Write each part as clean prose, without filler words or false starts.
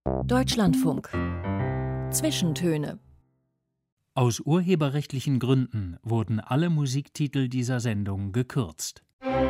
Deutschlandfunk. Zwischentöne. Aus urheberrechtlichen Gründen wurden alle Musiktitel dieser Sendung gekürzt.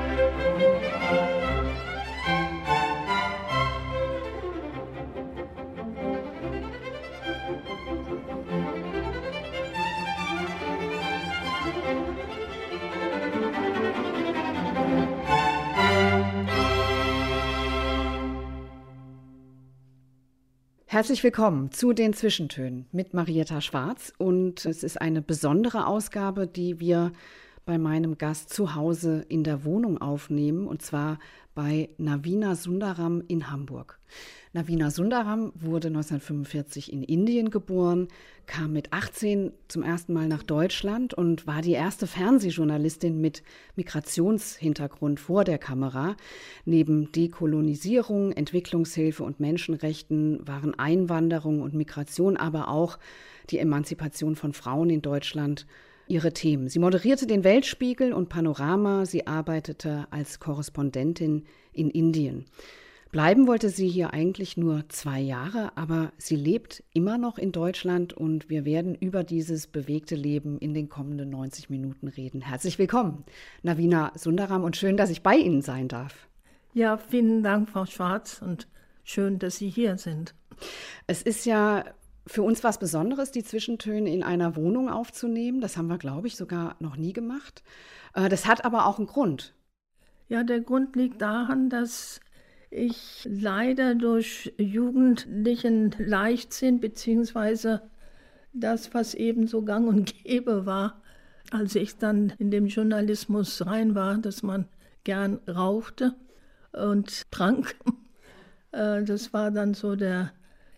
Herzlich willkommen zu den Zwischentönen mit Marietta Schwarz, und es ist eine besondere Ausgabe, die wir bei meinem Gast zu Hause in der Wohnung aufnehmen, und zwar bei Navina Sundaram in Hamburg. Navina Sundaram wurde 1945 in Indien geboren, kam mit 18 zum ersten Mal nach Deutschland und war die erste Fernsehjournalistin mit Migrationshintergrund vor der Kamera. Neben Dekolonisierung, Entwicklungshilfe und Menschenrechten waren Einwanderung und Migration, aber auch die Emanzipation von Frauen in Deutschland ihre Themen. Sie moderierte den Weltspiegel und Panorama, sie arbeitete als Korrespondentin in Indien. Bleiben wollte sie hier eigentlich nur 2 Jahre, aber sie lebt immer noch in Deutschland, und wir werden über dieses bewegte Leben in den kommenden 90 Minuten reden. Herzlich willkommen, Navina Sundaram, und schön, dass ich bei Ihnen sein darf. Ja, vielen Dank, Frau Schwarz, und schön, dass Sie hier sind. Es ist ja für uns was Besonderes, die Zwischentöne in einer Wohnung aufzunehmen. Das haben wir, glaube ich, sogar noch nie gemacht. Das hat aber auch einen Grund. Ja, der Grund liegt daran, dass ich leider durch jugendlichen Leichtsinn beziehungsweise das, was eben so gang und gäbe war, als ich dann in dem Journalismus rein war, dass man gern rauchte und trank. Das war dann so der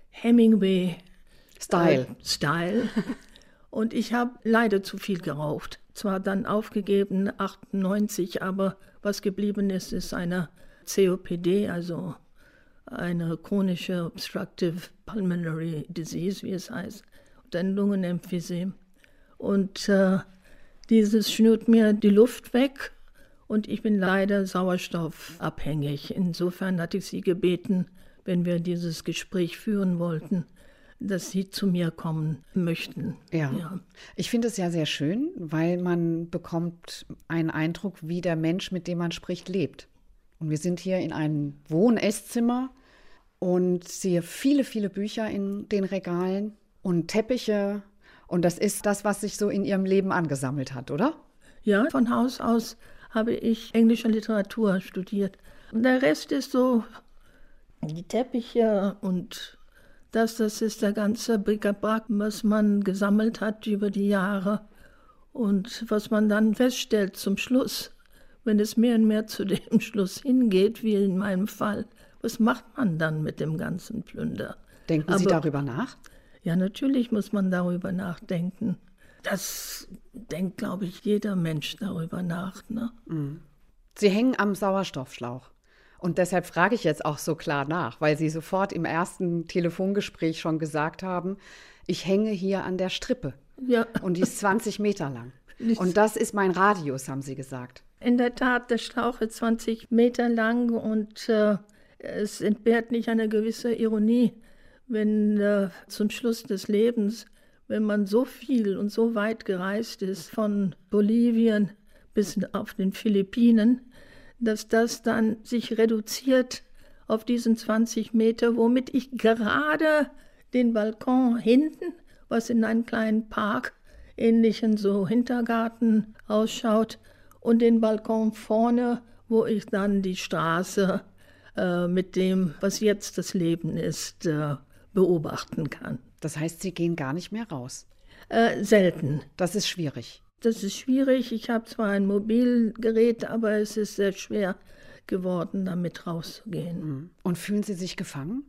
Hemingway-Style. Und ich habe leider zu viel geraucht. Zwar dann aufgegeben, 98, aber was geblieben ist, ist eine COPD, also eine chronische Obstructive Pulmonary Disease, wie es heißt, und ein Lungenemphysem. Und dieses schnürt mir die Luft weg, und ich bin leider sauerstoffabhängig. Insofern hatte ich Sie gebeten, wenn wir dieses Gespräch führen wollten, dass Sie zu mir kommen möchten. Ja. Ich finde es ja sehr schön, weil man bekommt einen Eindruck, wie der Mensch, mit dem man spricht, lebt. Und wir sind hier in einem Wohn-Esszimmer und sehe viele, viele Bücher in den Regalen und Teppiche. Und das ist das, was sich so in Ihrem Leben angesammelt hat, oder? Ja, von Haus aus habe ich englische Literatur studiert. Und der Rest ist so die Teppiche und das ist der ganze Bric-à-brac, was man gesammelt hat über die Jahre und was man dann feststellt zum Schluss, wenn es mehr und mehr zu dem Schluss hingeht, wie in meinem Fall, was macht man dann mit dem ganzen Plünder? Denken Sie darüber nach? Ja, natürlich muss man darüber nachdenken. Das denkt, glaube ich, jeder Mensch darüber nach. Ne? Sie hängen am Sauerstoffschlauch. Und deshalb frage ich jetzt auch so klar nach, weil Sie sofort im ersten Telefongespräch schon gesagt haben, ich hänge hier an der Strippe. Ja. Und die ist 20 Meter lang. Und das ist mein Radius, haben Sie gesagt. In der Tat, der Schlauch ist 20 Meter lang, und es entbehrt nicht eine gewisse Ironie, wenn zum Schluss des Lebens, wenn man so viel und so weit gereist ist, von Bolivien bis auf den Philippinen, dass das dann sich reduziert auf diesen 20 Meter, womit ich gerade den Balkon hinten, was in einem kleinen Park, ähnlichen so Hintergarten ausschaut, und den Balkon vorne, wo ich dann die Straße mit dem, was jetzt das Leben ist, beobachten kann. Das heißt, Sie gehen gar nicht mehr raus? Selten. Das ist schwierig. Das ist schwierig. Ich habe zwar ein Mobilgerät, aber es ist sehr schwer geworden, damit rauszugehen. Und fühlen Sie sich gefangen?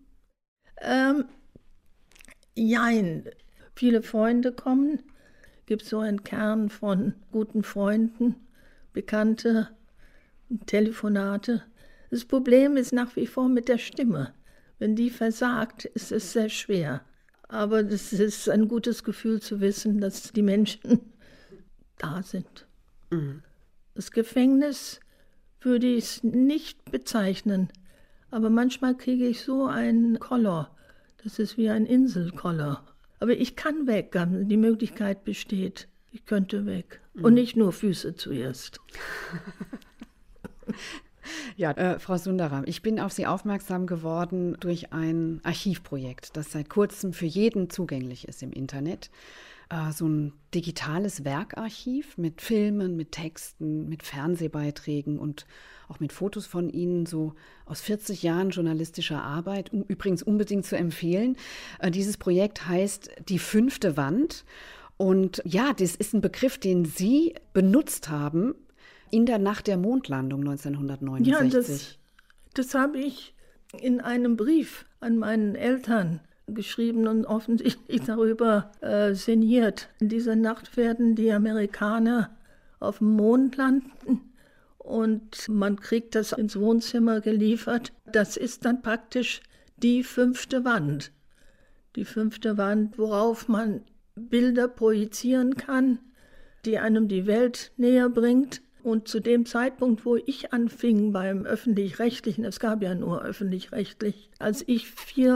Jein. Viele Freunde kommen. Gibt so einen Kern von guten Freunden, Bekannte, Telefonate. Das Problem ist nach wie vor mit der Stimme. Wenn die versagt, ist es sehr schwer. Aber es ist ein gutes Gefühl zu wissen, dass die Menschen da sind. Das Gefängnis würde ich es nicht bezeichnen, aber manchmal kriege ich so einen Koller, Das ist wie ein Inselkoller. Aber ich kann weg, die Möglichkeit besteht. Ich könnte weg. Und nicht nur Füße zuerst. Ja, Frau Sundaram, ich bin auf Sie aufmerksam geworden durch ein Archivprojekt, das seit kurzem für jeden zugänglich ist im Internet. So ein digitales Werkarchiv mit Filmen, mit Texten, mit Fernsehbeiträgen und auch mit Fotos von Ihnen, so aus 40 Jahren journalistischer Arbeit. Übrigens unbedingt zu empfehlen. Dieses Projekt heißt Die 5. Wand. Und ja, das ist ein Begriff, den Sie benutzt haben in der Nacht der Mondlandung 1969. Ja, das habe ich in einem Brief an meinen Eltern geschrieben und offensichtlich darüber sinniert. In dieser Nacht werden die Amerikaner auf dem Mond landen und man kriegt das ins Wohnzimmer geliefert. Das ist dann praktisch die 5. Wand. Die 5. Wand, worauf man Bilder projizieren kann, die einem die Welt näher bringt. Und zu dem Zeitpunkt, wo ich anfing beim Öffentlich-Rechtlichen, es gab ja nur Öffentlich-Rechtlich, als ich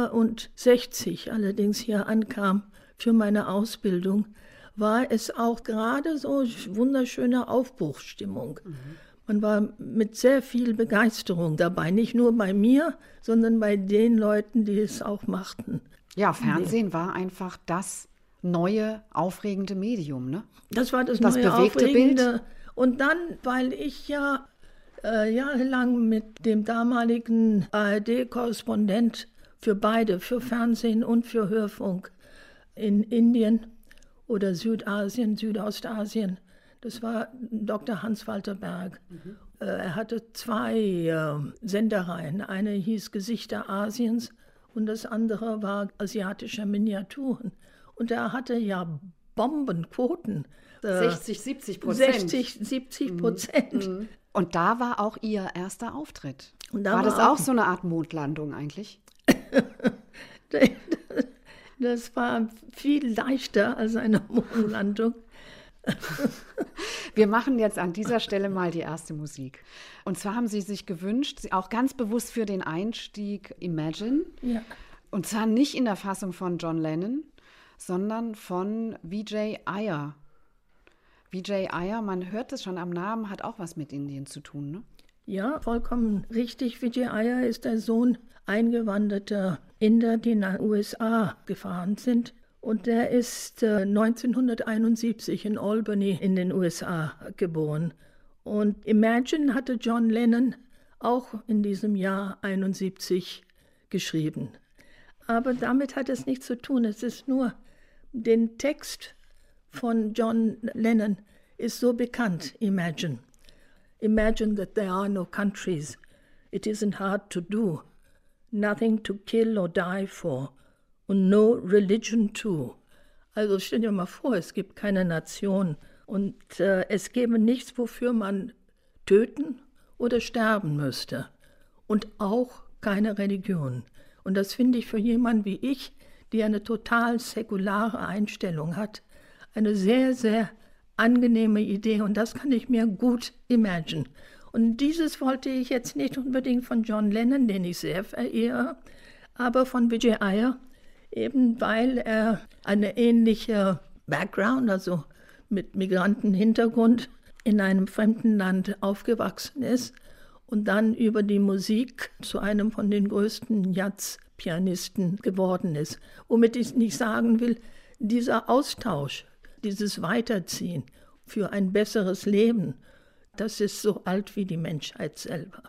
64 allerdings hier ankam für meine Ausbildung, war es auch gerade so wunderschöne Aufbruchsstimmung. Man war mit sehr viel Begeisterung dabei, nicht nur bei mir, sondern bei den Leuten, die es auch machten. Ja, Fernsehen war einfach das neue, aufregende Medium, ne? Das war das neue, bewegte aufregende Bild. Und dann, weil ich ja jahrelang mit dem damaligen ARD-Korrespondent für beide, für Fernsehen und für Hörfunk in Indien oder Südasien, Südostasien, das war Dr. Hans-Walter Berg. Er hatte 2 Sendereien. Eine hieß Gesichter Asiens und das andere war asiatische Miniaturen. Und er hatte ja Bombenquoten. 60-70%. 60-70%. Und da war auch Ihr erster Auftritt. Und da war das auch so eine Art Mondlandung eigentlich? Das war viel leichter als eine Mondlandung. Wir machen jetzt an dieser Stelle mal die erste Musik. Und zwar haben Sie sich gewünscht, auch ganz bewusst für den Einstieg Imagine. Ja. Und zwar nicht in der Fassung von John Lennon, sondern von Vijay Iyer. Vijay Iyer, man hört es schon am Namen, hat auch was mit Indien zu tun, ne? Ja, vollkommen richtig. Vijay Iyer ist der Sohn eingewanderter Inder, die nach den USA gefahren sind. Und der ist 1971 in Albany in den USA geboren. Und Imagine hatte John Lennon auch in diesem Jahr 71 geschrieben. Aber damit hat es nichts zu tun. Es ist nur, den Text von John Lennon ist so bekannt, Imagine. Imagine that there are no countries. It isn't hard to do. Nothing to kill or die for. And no religion too. Also stell dir mal vor, es gibt keine Nation und es gäbe nichts, wofür man töten oder sterben müsste. Und auch keine Religion. Und das finde ich für jemanden wie ich, die eine total säkulare Einstellung hat, eine sehr, sehr angenehme Idee. Und das kann ich mir gut imagine. Und dieses wollte ich jetzt nicht unbedingt von John Lennon, den ich sehr verehre, aber von Vijay Iyer, eben weil er eine ähnliche Background, also mit Migrantenhintergrund, in einem fremden Land aufgewachsen ist und dann über die Musik zu einem von den größten Jazz-Pianisten geworden ist. Womit ich nicht sagen will, dieser Austausch, dieses Weiterziehen für ein besseres Leben, das ist so alt wie die Menschheit selber.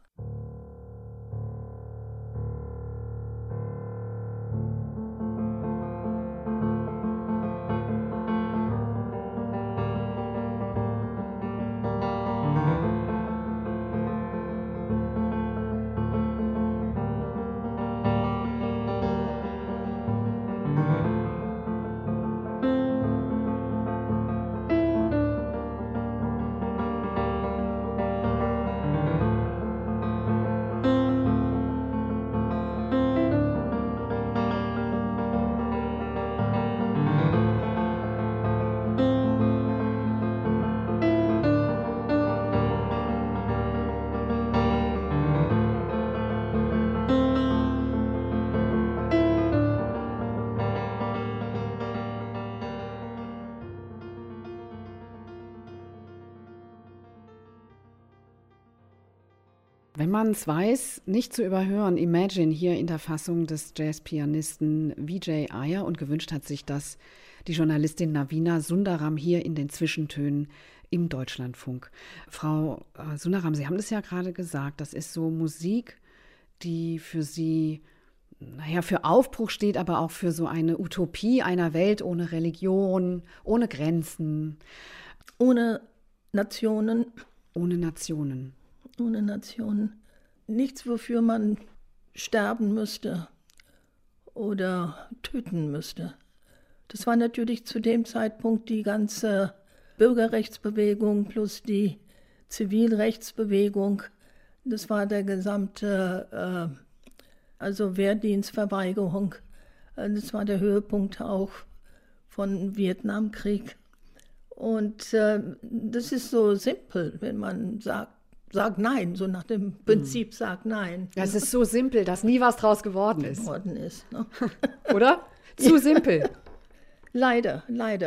wenn man es weiß, nicht zu überhören, Imagine hier in der Fassung des Jazzpianisten Vijay Iyer, und gewünscht hat sich das die Journalistin Navina Sundaram hier in den Zwischentönen im Deutschlandfunk. Frau Sundaram, Sie haben das ja gerade gesagt, das ist so Musik, die für Sie, für Aufbruch steht, aber auch für so eine Utopie einer Welt ohne Religion, ohne Grenzen. Ohne Nationen. Ohne Nationen. Ohne Nationen. Nichts, wofür man sterben müsste oder töten müsste. Das war natürlich zu dem Zeitpunkt die ganze Bürgerrechtsbewegung plus die Zivilrechtsbewegung. Das war der gesamte, Wehrdienstverweigerung. Das war der Höhepunkt auch von Vietnamkrieg. Und das ist so simpel, wenn man sagt Nein, so nach dem Prinzip sagt Nein. Ja, es ist so simpel, dass nie was draus geworden ist. Ne? Oder? Zu simpel. Leider.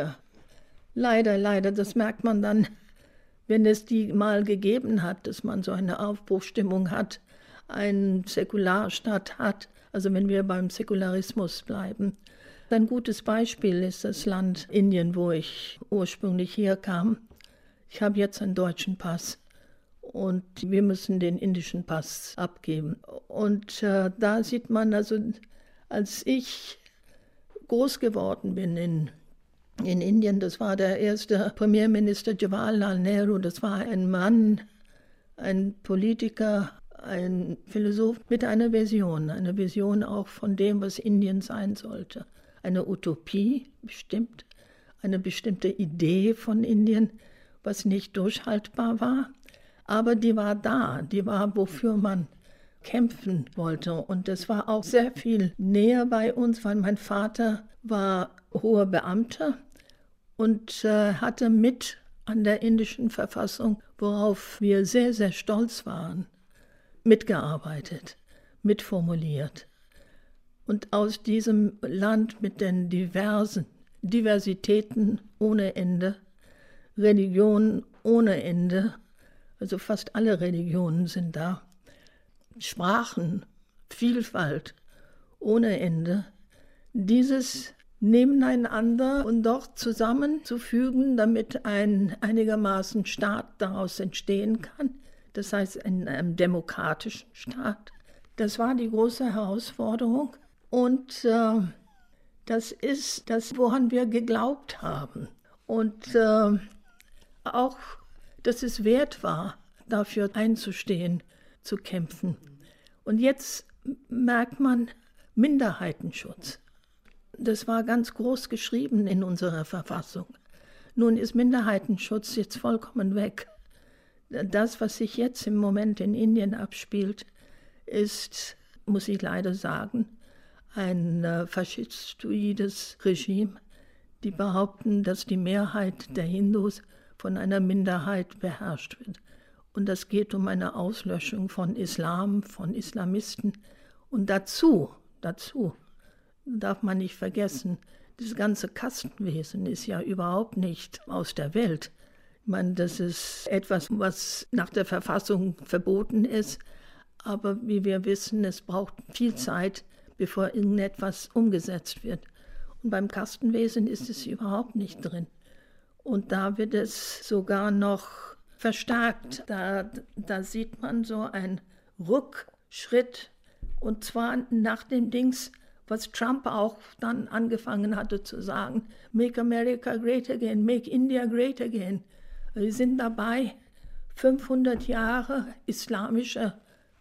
Das merkt man dann, wenn es die mal gegeben hat, dass man so eine Aufbruchsstimmung hat, einen Säkularstaat hat, also wenn wir beim Säkularismus bleiben. Ein gutes Beispiel ist das Land Indien, wo ich ursprünglich herkam. Ich habe jetzt einen deutschen Pass und wir müssen den indischen Pass abgeben. Und da sieht man, also als ich groß geworden bin in Indien, das war der erste Premierminister Jawaharlal Nehru, das war ein Mann, ein Politiker, ein Philosoph mit einer Vision auch von dem, was Indien sein sollte. Eine Utopie bestimmt, eine bestimmte Idee von Indien, was nicht durchhaltbar war, aber die war da, die war, wofür man kämpfen wollte. Und das war auch sehr viel näher bei uns, weil mein Vater war hoher Beamter und hatte mit an der indischen Verfassung, worauf wir sehr, sehr stolz waren, mitgearbeitet, mitformuliert. Und aus diesem Land mit den Diversitäten ohne Ende, Religionen ohne Ende, also fast alle Religionen sind da, Sprachen, Vielfalt ohne Ende, dieses nebeneinander und doch zusammenzufügen, damit ein einigermaßen Staat daraus entstehen kann, das heißt in einem demokratischen Staat. Das war die große Herausforderung und das ist das, woran wir geglaubt haben und auch, dass es wert war, dafür einzustehen, zu kämpfen. Und jetzt merkt man Minderheitenschutz. Das war ganz groß geschrieben in unserer Verfassung. Nun ist Minderheitenschutz jetzt vollkommen weg. Das, was sich jetzt im Moment in Indien abspielt, ist, muss ich leider sagen, ein faschistoides Regime, die behaupten, dass die Mehrheit der Hindus von einer Minderheit beherrscht wird. Und das geht um eine Auslöschung von Islam, von Islamisten. Und dazu darf man nicht vergessen, das ganze Kastenwesen ist ja überhaupt nicht aus der Welt. Ich meine, das ist etwas, was nach der Verfassung verboten ist. Aber wie wir wissen, es braucht viel Zeit, bevor irgendetwas umgesetzt wird. Und beim Kastenwesen ist es überhaupt nicht drin. Und da wird es sogar noch verstärkt. Da sieht man so einen Rückschritt. Und zwar nach dem Dings, was Trump auch dann angefangen hatte zu sagen, Make America Great Again, Make India Great Again. Wir sind dabei, 500 Jahre islamische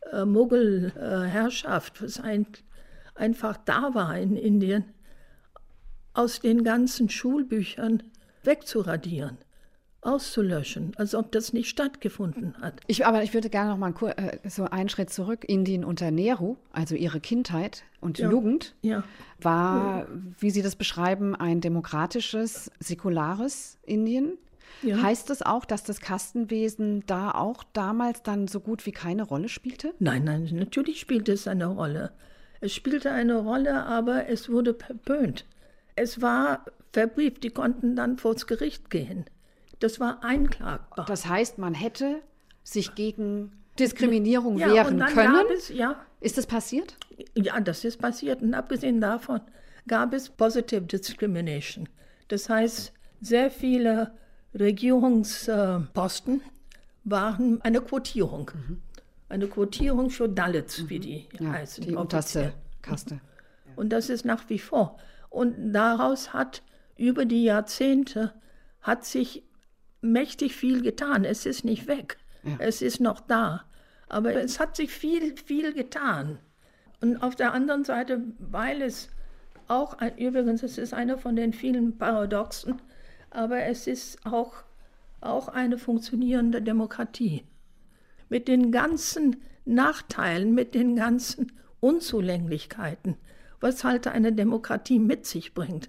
Mughal-Herrschaft, was einfach da war in Indien, aus den ganzen Schulbüchern wegzuradieren, auszulöschen, als ob das nicht stattgefunden hat. Aber ich würde gerne noch mal so einen Schritt zurück. Indien unter Nehru, also Ihre Kindheit und Jugend, war, wie Sie das beschreiben, ein demokratisches, säkulares Indien. Ja. Heißt das auch, dass das Kastenwesen da auch damals dann so gut wie keine Rolle spielte? Nein, natürlich spielte es eine Rolle. Es spielte eine Rolle, aber es wurde verpönt. Es war verbrieft, die konnten dann vors Gericht gehen. Das war einklagbar. Das heißt, man hätte sich gegen Diskriminierung ja, wehren und dann können. gab es, Ist das passiert? ja, das ist passiert. Und abgesehen davon gab es Positive Discrimination. Das heißt, sehr viele Regierungsposten waren eine Quotierung. Eine Quotierung für Dalits, wie die heißen. Die unterste Kaste. Und das ist nach wie vor. Und daraus hat über die Jahrzehnte hat sich mächtig viel getan. Es ist nicht weg. Ja. Es ist noch da. Aber es hat sich viel, viel getan. Und auf der anderen Seite, weil es auch, übrigens, es ist einer von den vielen Paradoxen, aber es ist auch eine funktionierende Demokratie. Mit den ganzen Nachteilen, mit den ganzen Unzulänglichkeiten, was halt eine Demokratie mit sich bringt.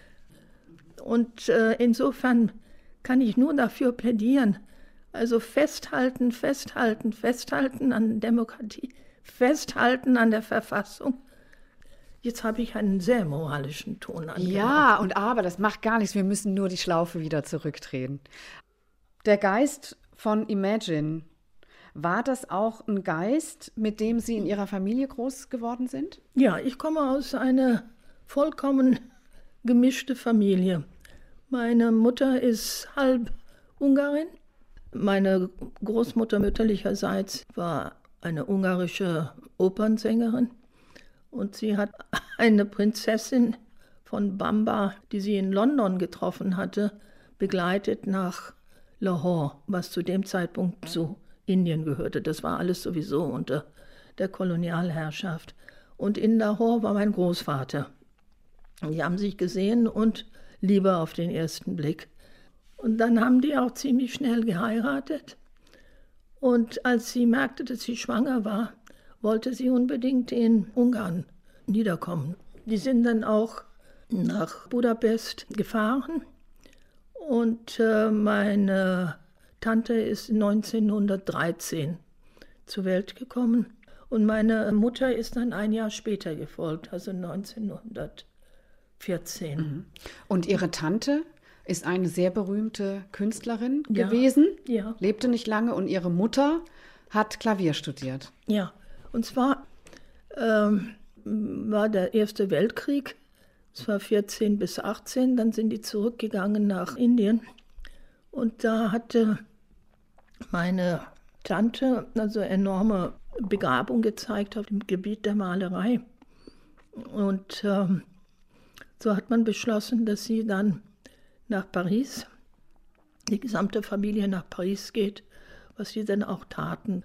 Und insofern kann ich nur dafür plädieren, also festhalten, festhalten, festhalten an Demokratie, festhalten an der Verfassung. Jetzt habe ich einen sehr moralischen Ton angenommen. Ja, aber das macht gar nichts. Wir müssen nur die Schlaufe wieder zurückdrehen. Der Geist von Imagine, war das auch ein Geist, mit dem Sie in Ihrer Familie groß geworden sind? Ja, ich komme aus einer vollkommen gemischten Familie. Meine Mutter ist halb Ungarin. Meine Großmutter mütterlicherseits war eine ungarische Opernsängerin. Und sie hat eine Prinzessin von Bamba, die sie in London getroffen hatte, begleitet nach Lahore, was zu dem Zeitpunkt zu Indien gehörte. Das war alles sowieso unter der Kolonialherrschaft. Und in Lahore war mein Großvater. Die haben sich gesehen und Liebe auf den ersten Blick. Und dann haben die auch ziemlich schnell geheiratet. Und als sie merkte, dass sie schwanger war, wollte sie unbedingt in Ungarn niederkommen. Die sind dann auch nach Budapest gefahren. Und meine Tante ist 1913 zur Welt gekommen. Und meine Mutter ist dann ein Jahr später gefolgt, also 1914. Und Ihre Tante ist eine sehr berühmte Künstlerin gewesen, lebte nicht lange, und Ihre Mutter hat Klavier studiert. Ja, und zwar war der Erste Weltkrieg, es war 14 bis 18, dann sind die zurückgegangen nach Indien. Und da hatte meine Tante also enorme Begabung gezeigt auf dem Gebiet der Malerei. Und so hat man beschlossen, dass sie dann nach Paris, die gesamte Familie nach Paris geht, was sie dann auch taten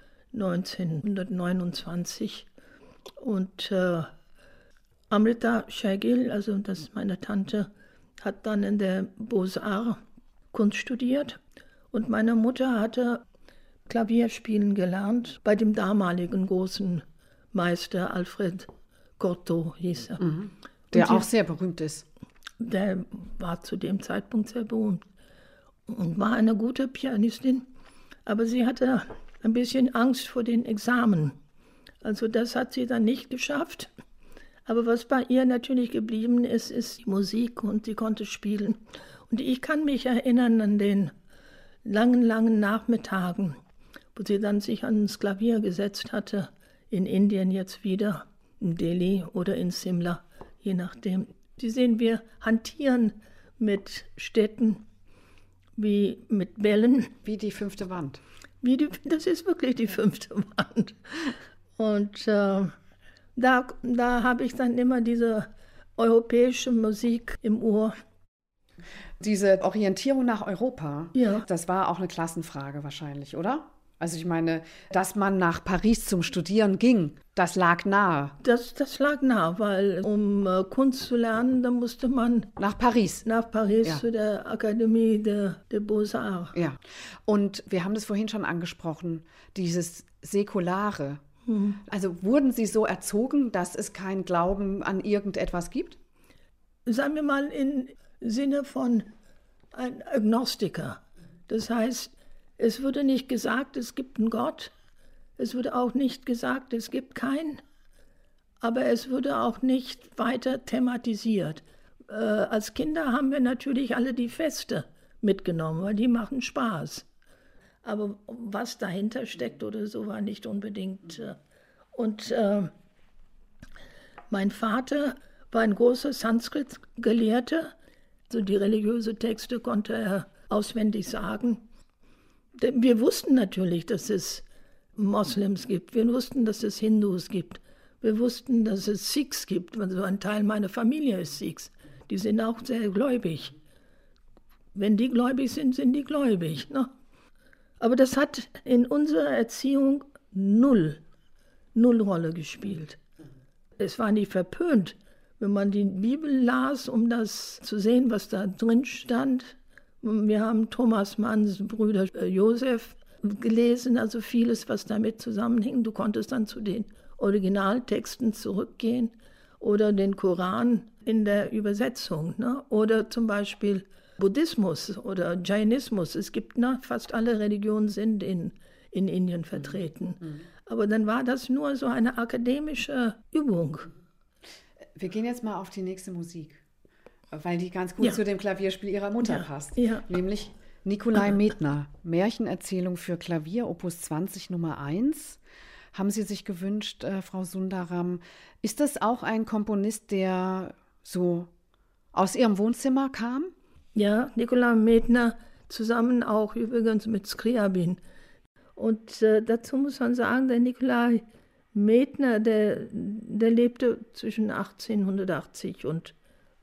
1929. Und Amrita Shergill, also das ist meine Tante, hat dann in der Beaux-Arts Kunst studiert. Und meine Mutter hatte Klavierspielen gelernt bei dem damaligen großen Meister Alfred Cortot, hieß er. Der auch sehr berühmt ist. Der war zu dem Zeitpunkt sehr berühmt und war eine gute Pianistin, aber sie hatte ein bisschen Angst vor den Examen. Also das hat sie dann nicht geschafft. Aber was bei ihr natürlich geblieben ist, ist die Musik, und sie konnte spielen. Und ich kann mich erinnern an den langen, langen Nachmittagen, wo sie dann sich ans Klavier gesetzt hatte, in Indien jetzt wieder, in Delhi oder in Simla, je nachdem. Sie sehen, wir hantieren mit Städten wie mit Bällen. Wie die 5. Wand. Das ist wirklich die 5. Wand. Und da habe ich dann immer diese europäische Musik im Ohr. Diese Orientierung nach Europa, Ja. Das war auch eine Klassenfrage wahrscheinlich, oder? Also ich meine, dass man nach Paris zum Studieren ging, das lag nahe. Das lag nah, weil um Kunst zu lernen, da musste man Nach Paris. zu der Akademie der Beaux-Arts. Ja. Und wir haben das vorhin schon angesprochen, dieses Säkulare. Also wurden Sie so erzogen, dass es keinen Glauben an irgendetwas gibt? Sagen wir mal im Sinne von ein Agnostiker. Das heißt, es wurde nicht gesagt, es gibt einen Gott. Es wurde auch nicht gesagt, es gibt keinen. Aber es wurde auch nicht weiter thematisiert. Als Kinder haben wir natürlich alle die Feste mitgenommen, weil die machen Spaß. Aber was dahinter steckt oder so, war nicht unbedingt. Und mein Vater war ein großer Sanskrit-Gelehrter. Also die religiösen Texte konnte er auswendig sagen. Wir wussten natürlich, dass es Moslems gibt. Wir wussten, dass es Hindus gibt. Wir wussten, dass es Sikhs gibt. Also ein Teil meiner Familie ist Sikhs. Die sind auch sehr gläubig. Wenn die gläubig sind, sind die gläubig. Ne? Aber das hat in unserer Erziehung null Rolle gespielt. Es war nicht verpönt, wenn man die Bibel las, um das zu sehen, was da drin stand. Wir haben Thomas Manns Brüder Josef gelesen, also vieles, was damit zusammenhing. Du konntest dann zu den Originaltexten zurückgehen oder den Koran in der Übersetzung. Ne? Oder zum Beispiel Buddhismus oder Jainismus. Es gibt, fast alle Religionen sind in Indien vertreten. Aber dann war das nur so eine akademische Übung. Wir gehen jetzt mal auf die nächste Musik, weil die ganz gut zu dem Klavierspiel ihrer Mutter passt. Ja. Nämlich Nikolai Medtner, Märchenerzählung für Klavier, Opus 20 Nummer 1. Haben Sie sich gewünscht, Frau Sundaram. Ist das auch ein Komponist, der so aus Ihrem Wohnzimmer kam? Ja, Nikolai Medtner, zusammen auch übrigens mit Scriabin. Und dazu muss man sagen, der Nikolai Medtner, der lebte zwischen 1880 und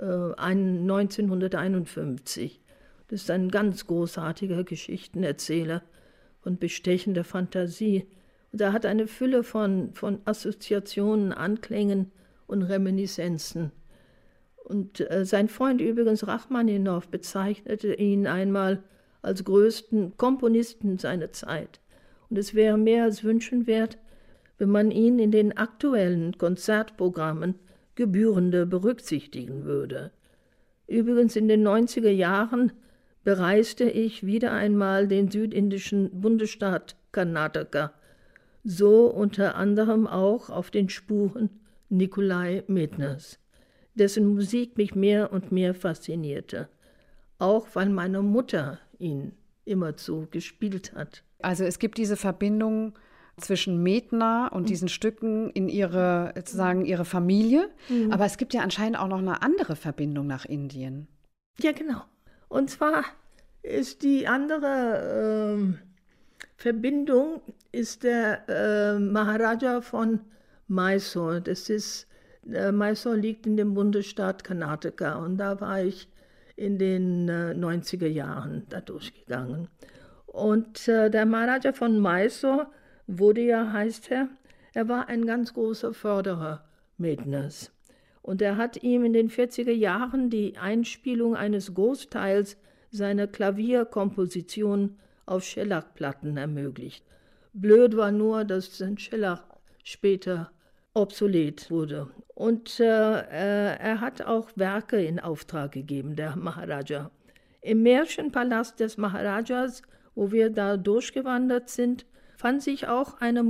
1951. Das ist ein ganz großartiger Geschichtenerzähler von bestechender Fantasie. Und er hat eine Fülle von Assoziationen, Anklängen und Reminiszenzen. Und sein Freund übrigens Rachmaninow bezeichnete ihn einmal als größten Komponisten seiner Zeit. Und es wäre mehr als wünschenswert, wenn man ihn in den aktuellen Konzertprogrammen gebührender berücksichtigen würde. Übrigens in den 90er Jahren bereiste ich wieder einmal den südindischen Bundesstaat Karnataka, so unter anderem auch auf den Spuren Nikolai Medtners, dessen Musik mich mehr und mehr faszinierte, auch weil meine Mutter ihn immerzu gespielt hat. Also es gibt diese Verbindung zwischen Medtner und diesen Stücken in ihre Familie, aber es gibt ja anscheinend auch noch eine andere Verbindung nach Indien. Ja, genau. Und zwar ist die andere Verbindung ist der Maharaja von Mysore. Mysore liegt in dem Bundesstaat Karnataka und da war ich in den 90er Jahren da durchgegangen. Und der Maharaja von Mysore heißt er war ein ganz großer Förderer Medtners. Und er hat ihm in den 40er Jahren die Einspielung eines Großteils seiner Klavierkomposition auf Schellackplatten ermöglicht. Blöd war nur, dass sein Schellack später obsolet wurde. Und er hat auch Werke in Auftrag gegeben, der Maharaja. Im Märchenpalast des Maharajas, wo wir da durchgewandert sind, fand sich auch eine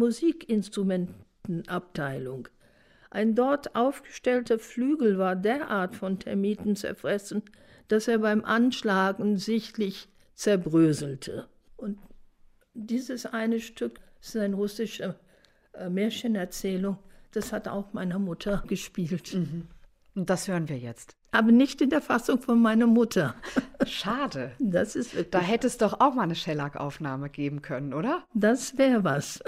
Musikinstrumentenabteilung. Ein dort aufgestellter Flügel war derart von Termiten zerfressen, dass er beim Anschlagen sichtlich zerbröselte. Und dieses eine Stück ist eine russische Märchenerzählung, das hat auch meine Mutter gespielt. Und das hören wir jetzt. Aber nicht in der Fassung von meiner Mutter. Schade. Das ist wirklich. Da hätte es doch auch mal eine Schellack-Aufnahme geben können, oder? Das wäre was.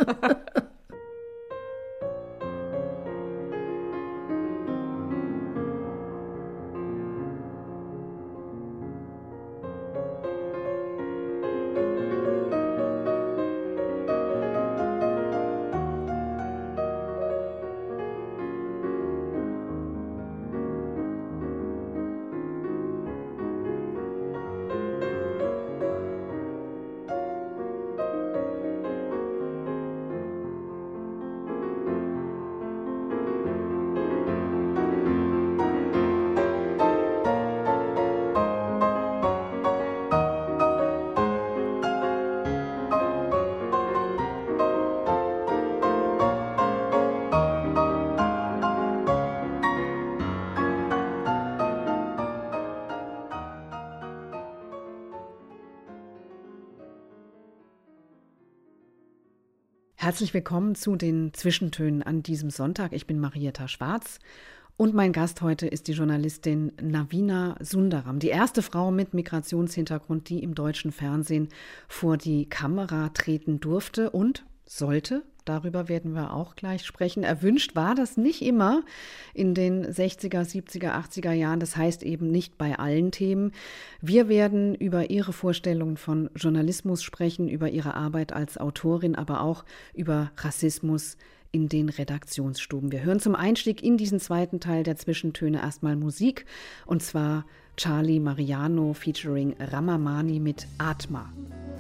Herzlich willkommen zu den Zwischentönen an diesem Sonntag. Ich bin Marietta Schwarz und mein Gast heute ist die Journalistin Navina Sundaram, die erste Frau mit Migrationshintergrund, die im deutschen Fernsehen vor die Kamera treten durfte und sollte. Darüber werden wir auch gleich sprechen. Erwünscht war das nicht immer in den 60er, 70er, 80er Jahren. Das heißt eben nicht bei allen Themen. Wir werden über ihre Vorstellungen von Journalismus sprechen, über ihre Arbeit als Autorin, aber auch über Rassismus in den Redaktionsstuben. Wir hören zum Einstieg in diesen zweiten Teil der Zwischentöne erstmal Musik, und zwar Charlie Mariano featuring Ramamani mit Atma.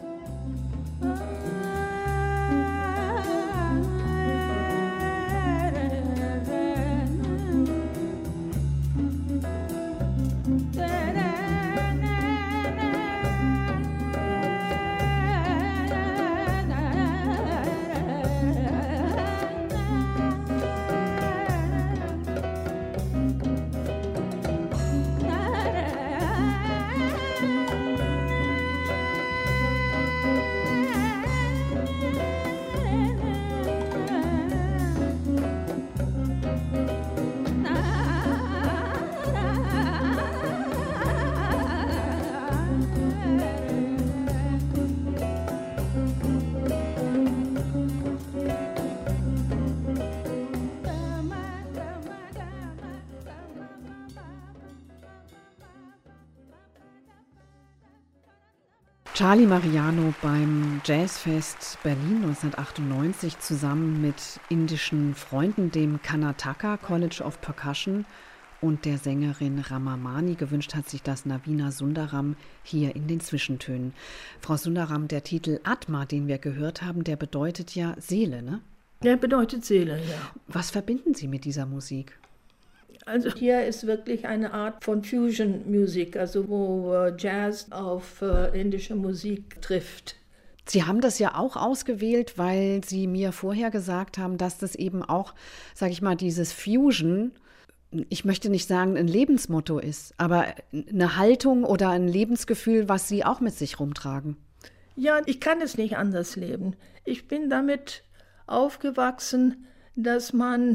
Charlie Mariano beim Jazzfest Berlin 1998 zusammen mit indischen Freunden, dem Karnataka College of Percussion und der Sängerin Ramamani. Gewünscht hat sich das Navina Sundaram hier in den Zwischentönen. Frau Sundaram, der Titel Atma, den wir gehört haben, der bedeutet ja Seele, ne? Der bedeutet Seele, ja. Was verbinden Sie mit dieser Musik? Also hier ist wirklich eine Art von Fusion-Musik, also wo Jazz auf indische Musik trifft. Sie haben das ja auch ausgewählt, weil Sie mir vorher gesagt haben, dass das eben auch, sage ich mal, dieses Fusion, ich möchte nicht sagen ein Lebensmotto ist, aber eine Haltung oder ein Lebensgefühl, was Sie auch mit sich rumtragen. Ja, ich kann es nicht anders leben. Ich bin damit aufgewachsen, dass man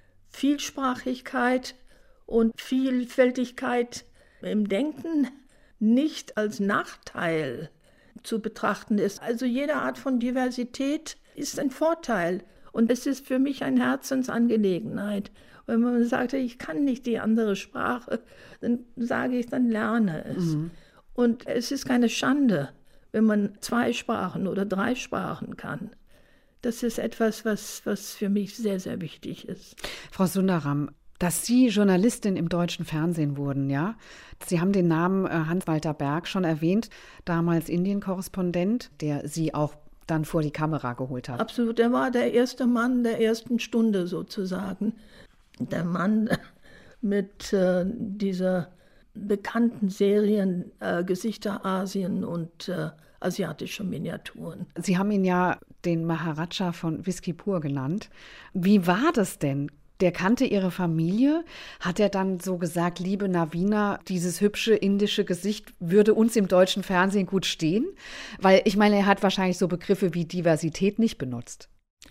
Vielsprachigkeit und Vielfältigkeit im Denken nicht als Nachteil zu betrachten ist. Also jede Art von Diversität ist ein Vorteil und es ist für mich eine Herzensangelegenheit. Wenn man sagt, ich kann nicht die andere Sprache, dann sage ich, dann lerne es. Mhm. Und es ist keine Schande, wenn man 2 Sprachen oder 3 Sprachen kann. Das ist etwas, was für mich sehr, sehr wichtig ist. Frau Sundaram, dass Sie Journalistin im deutschen Fernsehen wurden, ja? Sie haben den Namen Hans-Walter Berg schon erwähnt, damals Indien-Korrespondent, der Sie auch dann vor die Kamera geholt hat. Absolut, er war der erste Mann der ersten Stunde sozusagen. Der Mann mit dieser bekannten Serien Gesichter Asien und asiatische Miniaturen. Sie haben ihn ja den Maharaja von Whisky Pur genannt. Wie war das denn? Der kannte Ihre Familie. Hat er dann so gesagt, liebe Navina, dieses hübsche indische Gesicht würde uns im deutschen Fernsehen gut stehen? Weil ich meine, er hat wahrscheinlich so Begriffe wie Diversität nicht benutzt.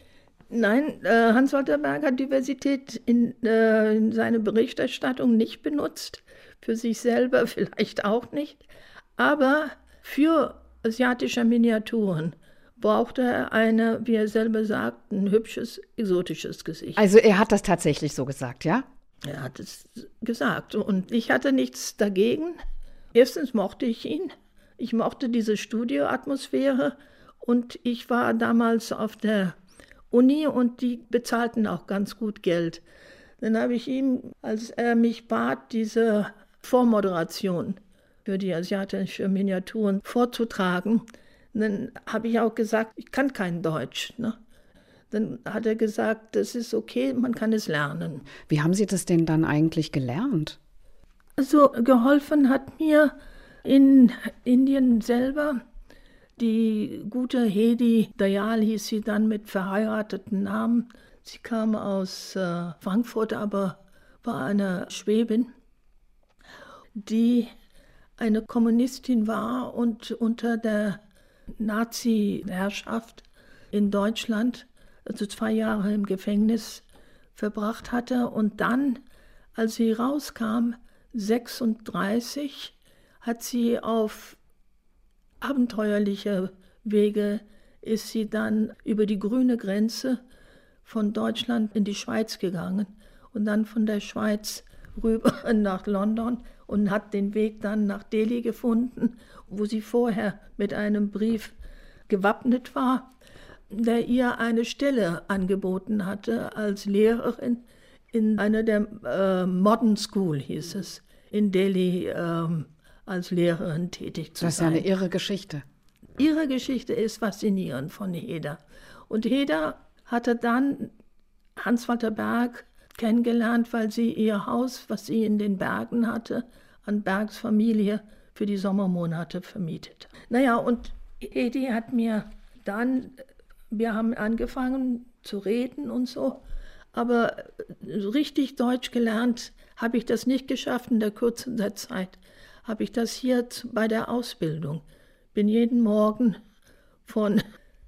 Nein, Hans-Walter Berg hat Diversität in seine Berichterstattung nicht benutzt. Für sich selber vielleicht auch nicht. Aber für asiatische Miniaturen brauchte er eine, wie er selber sagt, ein hübsches, exotisches Gesicht. Also er hat das tatsächlich so gesagt, ja? Er hat es gesagt und ich hatte nichts dagegen. Erstens mochte ich ihn. Ich mochte diese Studioatmosphäre und ich war damals auf der Uni und die bezahlten auch ganz gut Geld. Dann habe ich ihm, als er mich bat, diese Vormoderation für die asiatischen Miniaturen vorzutragen, dann habe ich auch gesagt, ich kann kein Deutsch. Ne? Dann hat er gesagt, das ist okay, man kann es lernen. Wie haben Sie das denn dann eigentlich gelernt? Also geholfen hat mir in Indien selber die gute Hedi Dayal, hieß sie dann mit verheirateten Namen. Sie kam aus Frankfurt, aber war eine Schwäbin, die eine Kommunistin war und unter der Nazi-Herrschaft in Deutschland also 2 Jahre im Gefängnis verbracht hatte. Und dann, als sie rauskam, 36, hat sie auf abenteuerliche Wege, ist sie dann über die grüne Grenze von Deutschland in die Schweiz gegangen und dann von der Schweiz rüber nach London und hat den Weg dann nach Delhi gefunden, wo sie vorher mit einem Brief gewappnet war, der ihr eine Stelle angeboten hatte als Lehrerin in einer der Modern School, hieß es, in Delhi als Lehrerin tätig zu sein. Das ist ja eine irre Geschichte. Ihre Geschichte ist faszinierend von Heda. Und Heda hatte dann Hans-Walter Berg kennengelernt, weil sie ihr Haus, was sie in den Bergen hatte, an Bergs Familie für die Sommermonate vermietet. Naja, und Hedi hat mir dann, wir haben angefangen zu reden und so, aber richtig Deutsch gelernt habe ich das nicht geschafft in der Kürze der Zeit. Habe ich das hier bei der Ausbildung. Bin jeden Morgen von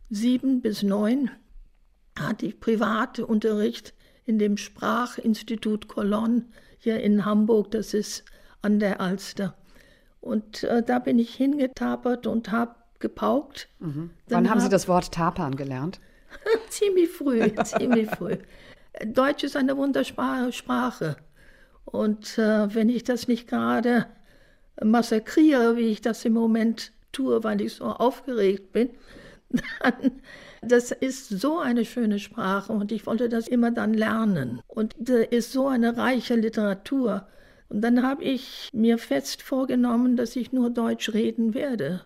7 bis 9 hatte ich private Unterricht in dem Sprachinstitut Cologne hier in Hamburg, das ist an der Alster. Und da bin ich hingetapert und habe gepaukt. Mhm. Wann haben Sie das Wort Tapern gelernt? Ziemlich früh, ziemlich früh. Deutsch ist eine wunderbare Sprache. Und wenn ich das nicht gerade massakriere, wie ich das im Moment tue, weil ich so aufgeregt bin, dann, das ist so eine schöne Sprache und ich wollte das immer dann lernen. Und da ist so eine reiche Literatur. Und dann habe ich mir fest vorgenommen, dass ich nur Deutsch reden werde.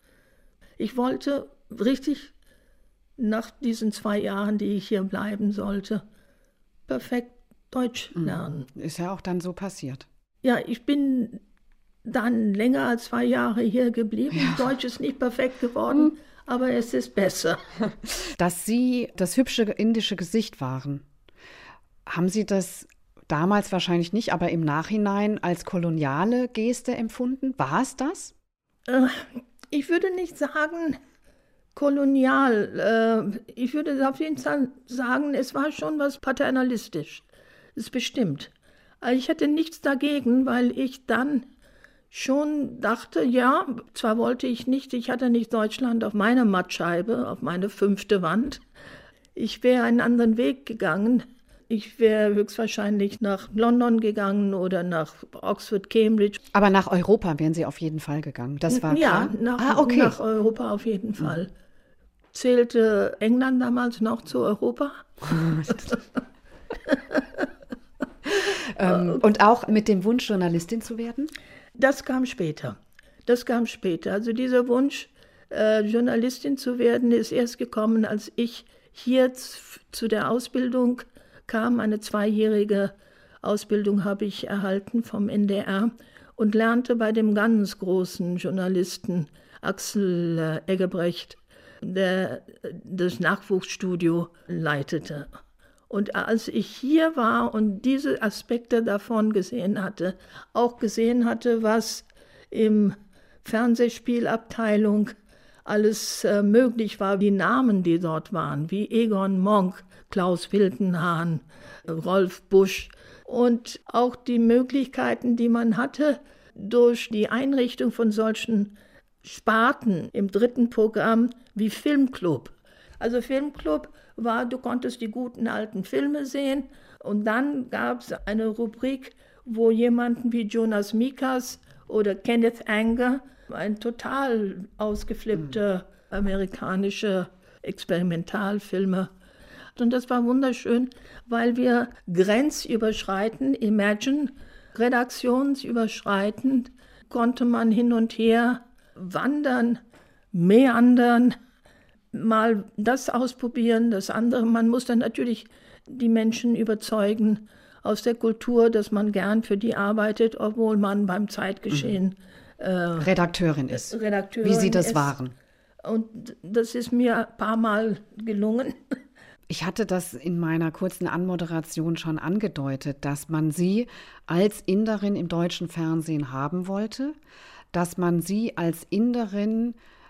Ich wollte richtig nach diesen 2 Jahren, die ich hier bleiben sollte, perfekt Deutsch lernen. Ist ja auch dann so passiert. Ja, ich bin dann länger als 2 Jahre hier geblieben. Ja. Deutsch ist nicht perfekt geworden, aber es ist besser. Dass Sie das hübsche indische Gesicht waren, haben Sie das damals wahrscheinlich nicht, aber im Nachhinein als koloniale Geste empfunden? War es das? Ich würde nicht sagen kolonial. Ich würde auf jeden Fall sagen, es war schon was paternalistisch. Das ist bestimmt. Ich hatte nichts dagegen, weil ich dann schon dachte, ja, zwar wollte ich nicht, ich hatte nicht Deutschland auf meiner Mattscheibe, auf meine 5. Wand. Ich wäre einen anderen Weg gegangen. Ich wäre höchstwahrscheinlich nach London gegangen oder nach Oxford, Cambridge. Aber nach Europa wären Sie auf jeden Fall gegangen, das war klar? Ja, nach Europa auf jeden Fall. Zählte England damals noch zu Europa? Und auch mit dem Wunsch, Journalistin zu werden? Das kam später. Also dieser Wunsch, Journalistin zu werden, ist erst gekommen, als ich hier zu der Ausbildung kam. Eine 2-jährige Ausbildung habe ich erhalten vom NDR und lernte bei dem ganz großen Journalisten Axel Eggebrecht, der das Nachwuchsstudio leitete. Und als ich hier war und diese Aspekte davon gesehen hatte, auch gesehen hatte, was im Fernsehspielabteilung alles möglich war, die Namen, die dort waren, wie Egon Monk, Klaus Wildenhahn, Rolf Busch und auch die Möglichkeiten, die man hatte durch die Einrichtung von solchen Sparten im 3. Programm wie Filmclub. Also Filmclub war, du konntest die guten alten Filme sehen und dann gab es eine Rubrik, wo jemanden wie Jonas Mikas oder Kenneth Anger, ein total ausgeflippter amerikanischer Experimentalfilmer. Und das war wunderschön, weil wir grenzüberschreitend, Imagine, redaktionsüberschreitend, konnte man hin und her wandern, meandern, mal das ausprobieren, das andere. Man muss dann natürlich die Menschen überzeugen aus der Kultur, dass man gern für die arbeitet, obwohl man beim Zeitgeschehen Redakteurin ist, wie Sie das waren. Und das ist mir ein paar Mal gelungen. Ich hatte das in meiner kurzen Anmoderation schon angedeutet, dass man Sie als Inderin im deutschen Fernsehen haben wollte, dass man Sie als Inderin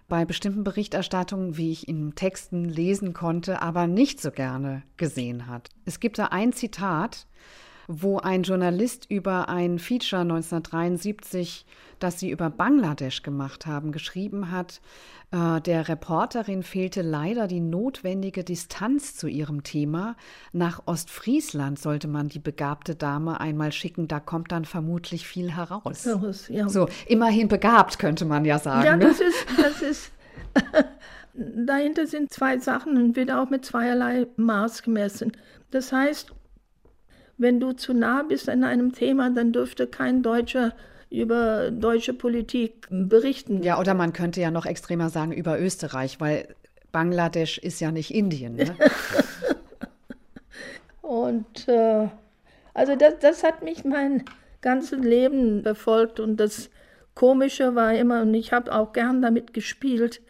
bei bestimmten Berichterstattungen, wie ich in Texten lesen konnte, aber nicht so gerne gesehen hat. Es gibt da ein Zitat, wo ein Journalist über ein Feature 1973, das sie über Bangladesch gemacht haben, geschrieben hat, der Reporterin fehlte leider die notwendige Distanz zu ihrem Thema. Nach Ostfriesland sollte man die begabte Dame einmal schicken, da kommt dann vermutlich viel heraus. Ja. So, immerhin begabt, könnte man ja sagen. Ja, ne? das ist dahinter sind zwei Sachen und wird auch mit zweierlei Maß gemessen. Das heißt, wenn du zu nah bist an einem Thema, dann dürfte kein Deutscher über deutsche Politik berichten. Ja, oder man könnte ja noch extremer sagen über Österreich, weil Bangladesch ist ja nicht Indien. Ne? Und also das hat mich mein ganzes Leben verfolgt und das Komische war immer, und ich habe auch gern damit gespielt,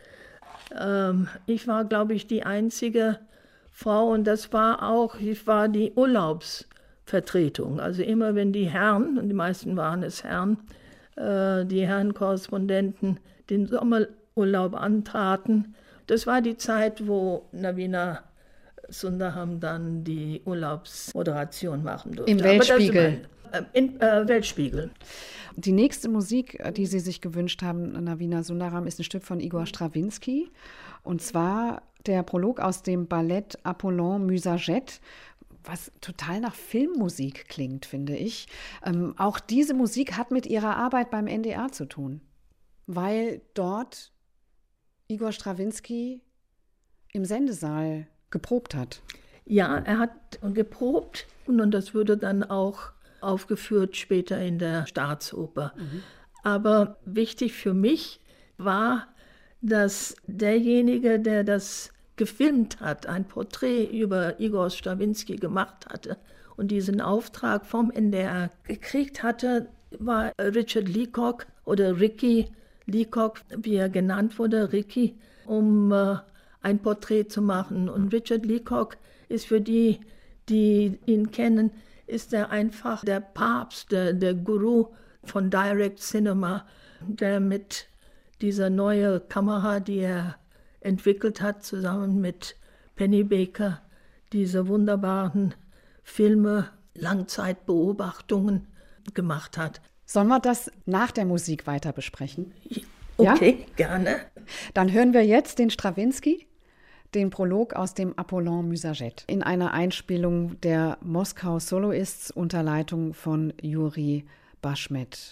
ich war, glaube ich, die einzige Frau und ich war die Urlaubsvertretung. Also immer wenn die Herren, und die meisten waren es Herren, die Herrenkorrespondenten den Sommerurlaub antraten, das war die Zeit, wo Navina Sundaram dann die Urlaubsmoderation machen durfte. Im Weltspiegel. Im Weltspiegel. Die nächste Musik, die Sie sich gewünscht haben, Navina Sundaram, ist ein Stück von Igor Strawinski. Und zwar der Prolog aus dem Ballett Apollon Musagette, was total nach Filmmusik klingt, finde ich. Auch diese Musik hat mit Ihrer Arbeit beim NDR zu tun, weil dort Igor Strawinski im Sendesaal geprobt hat. Ja, er hat geprobt und das würde dann auch aufgeführt später in der Staatsoper. Aber wichtig für mich war, dass derjenige, der das gefilmt hat, ein Porträt über Igor Strawinski gemacht hatte und diesen Auftrag vom NDR gekriegt hatte, war Richard Leacock oder Ricky Leacock, wie er genannt wurde, Ricky, um ein Porträt zu machen. Und Richard Leacock ist für die, die ihn kennen, ist er einfach der Papst, der Guru von Direct Cinema, der mit dieser neuen Kamera, die er entwickelt hat, zusammen mit Penny Baker, diese wunderbaren Filme, Langzeitbeobachtungen gemacht hat. Sollen wir das nach der Musik weiter besprechen? Okay, ja? Gerne. Dann hören wir jetzt den Strawinski, den Prolog aus dem Apollon Musagette, in einer Einspielung der Moskau Soloists unter Leitung von Juri Bashmet.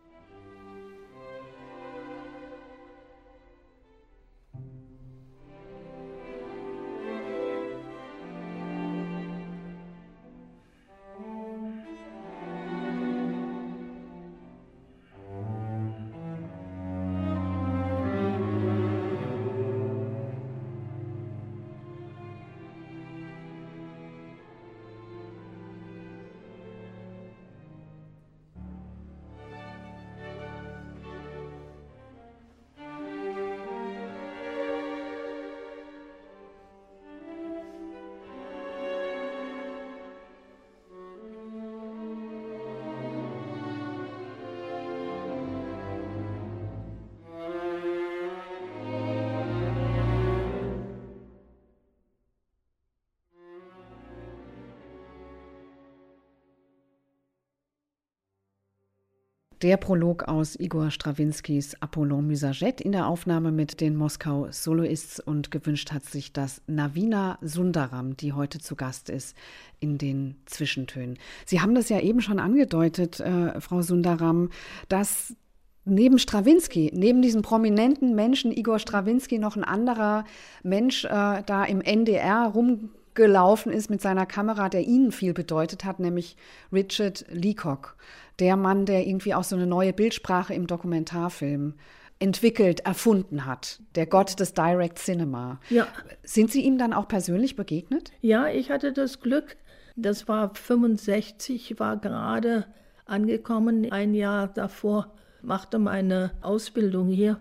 Der Prolog aus Igor Strawinskys Apollon Musagette in der Aufnahme mit den Moskau Soloists, und gewünscht hat sich das Navina Sundaram, die heute zu Gast ist in den Zwischentönen. Sie haben das ja eben schon angedeutet, Frau Sundaram, dass neben Strawinski, neben diesem prominenten Menschen Igor Strawinski, noch ein anderer Mensch da im NDR rumgelaufen ist mit seiner Kamera, der Ihnen viel bedeutet hat, nämlich Richard Leacock. Der Mann, der irgendwie auch so eine neue Bildsprache im Dokumentarfilm entwickelt, erfunden hat. Der Gott des Direct Cinema. Ja. Sind Sie ihm dann auch persönlich begegnet? Ja, ich hatte das Glück. Das war 65, war gerade angekommen. Ein Jahr davor machte meine Ausbildung hier.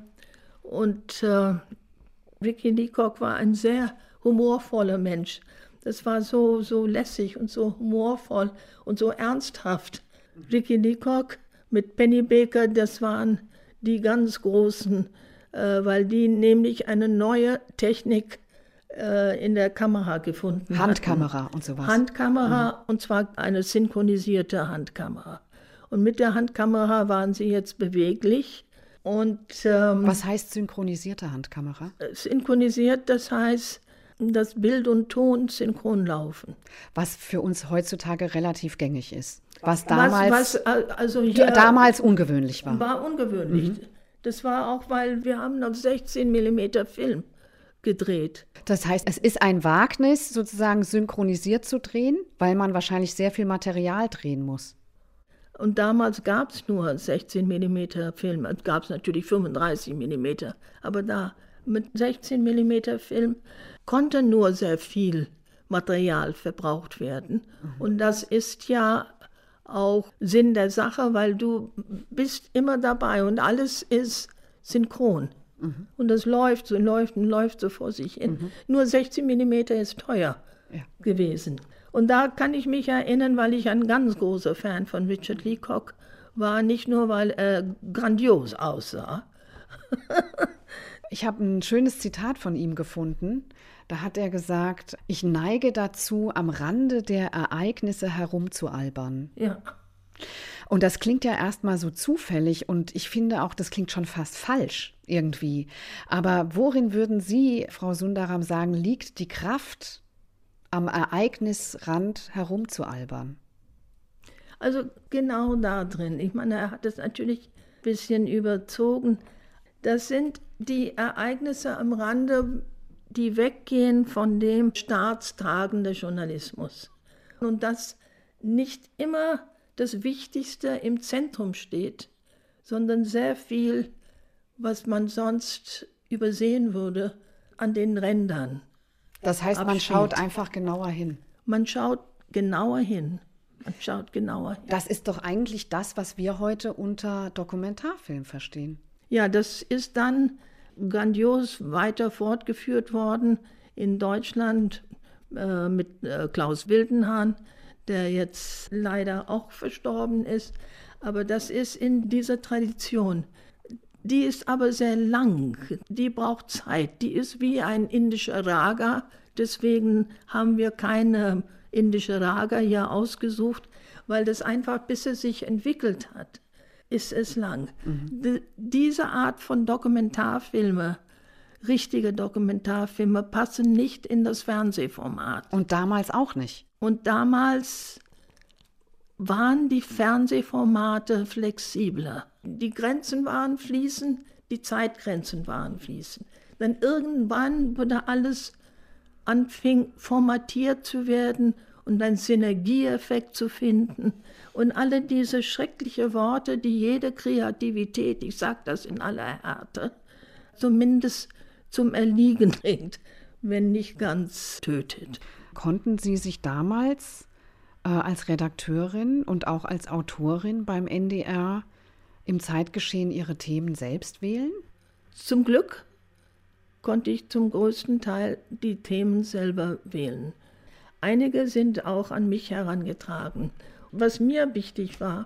Und Ricky Leacock war ein sehr humorvoller Mensch. Das war so lässig und so humorvoll und so ernsthaft. Ricky Leacock mit Penny Baker, das waren die ganz großen weil die nämlich eine neue Technik in der Kamera gefunden haben. Handkamera und sowas. Handkamera, und zwar eine synchronisierte Handkamera. Und mit der Handkamera waren sie jetzt beweglich. Und, was heißt synchronisierte Handkamera? Synchronisiert, das heißt, dass Bild und Ton synchron laufen. Was für uns heutzutage relativ gängig ist. Was damals, also hier damals ungewöhnlich war. War ungewöhnlich. Das war auch, weil wir haben auf 16 mm Film gedreht. Das heißt, es ist ein Wagnis, sozusagen synchronisiert zu drehen, weil man wahrscheinlich sehr viel Material drehen muss. Und damals gab es nur 16 mm Film. Es gab natürlich 35 mm. Aber da mit 16 mm Film konnte nur sehr viel Material verbraucht werden. Und das ist ja auch Sinn der Sache, weil du bist immer dabei und alles ist synchron. Und das läuft so vor sich hin. Nur 16 mm ist teuer gewesen. Und da kann ich mich erinnern, weil ich ein ganz großer Fan von Richard Leacock war, nicht nur, weil er grandios aussah. Ich habe ein schönes Zitat von ihm gefunden. Da hat er gesagt, ich neige dazu, am Rande der Ereignisse herumzualbern. Ja. Und das klingt ja erstmal so zufällig und ich finde auch, das klingt schon fast falsch irgendwie. Aber worin würden Sie, Frau Sundaram, sagen, liegt die Kraft, am Ereignisrand herumzualbern? Also genau da drin. Ich meine, er hat es natürlich ein bisschen überzogen. Das sind die Ereignisse am Rande, die weggehen von dem staatstragenden Journalismus. Und dass nicht immer das Wichtigste im Zentrum steht, sondern sehr viel, was man sonst übersehen würde, an den Rändern. Das heißt, man schaut einfach genauer hin. Man schaut genauer hin. Das ist doch eigentlich das, was wir heute unter Dokumentarfilm verstehen. Ja, das ist dann grandios weiter fortgeführt worden in Deutschland mit Klaus Wildenhahn, der jetzt leider auch verstorben ist. Aber das ist in dieser Tradition. Die ist aber sehr lang, die braucht Zeit, die ist wie ein indischer Raga. Deswegen haben wir keine indische Raga hier ausgesucht, weil das einfach, bis es sich entwickelt hat, ist es lang. Diese Art von Dokumentarfilme, richtige Dokumentarfilme, passen nicht in das Fernsehformat. Und damals auch nicht. Und damals waren die Fernsehformate flexibler. Die Grenzen waren fließend, die Zeitgrenzen waren fließend. Dann irgendwann wurde alles anfing formatiert zu werden und ein Synergieeffekt zu finden. Und alle diese schrecklichen Worte, die jede Kreativität, ich sage das in aller Härte, zumindest zum Erliegen bringt, wenn nicht ganz tötet. Konnten Sie sich damals als Redakteurin und auch als Autorin beim NDR im Zeitgeschehen Ihre Themen selbst wählen? Zum Glück konnte ich zum größten Teil die Themen selber wählen. Einige sind auch an mich herangetragen. Was mir wichtig war,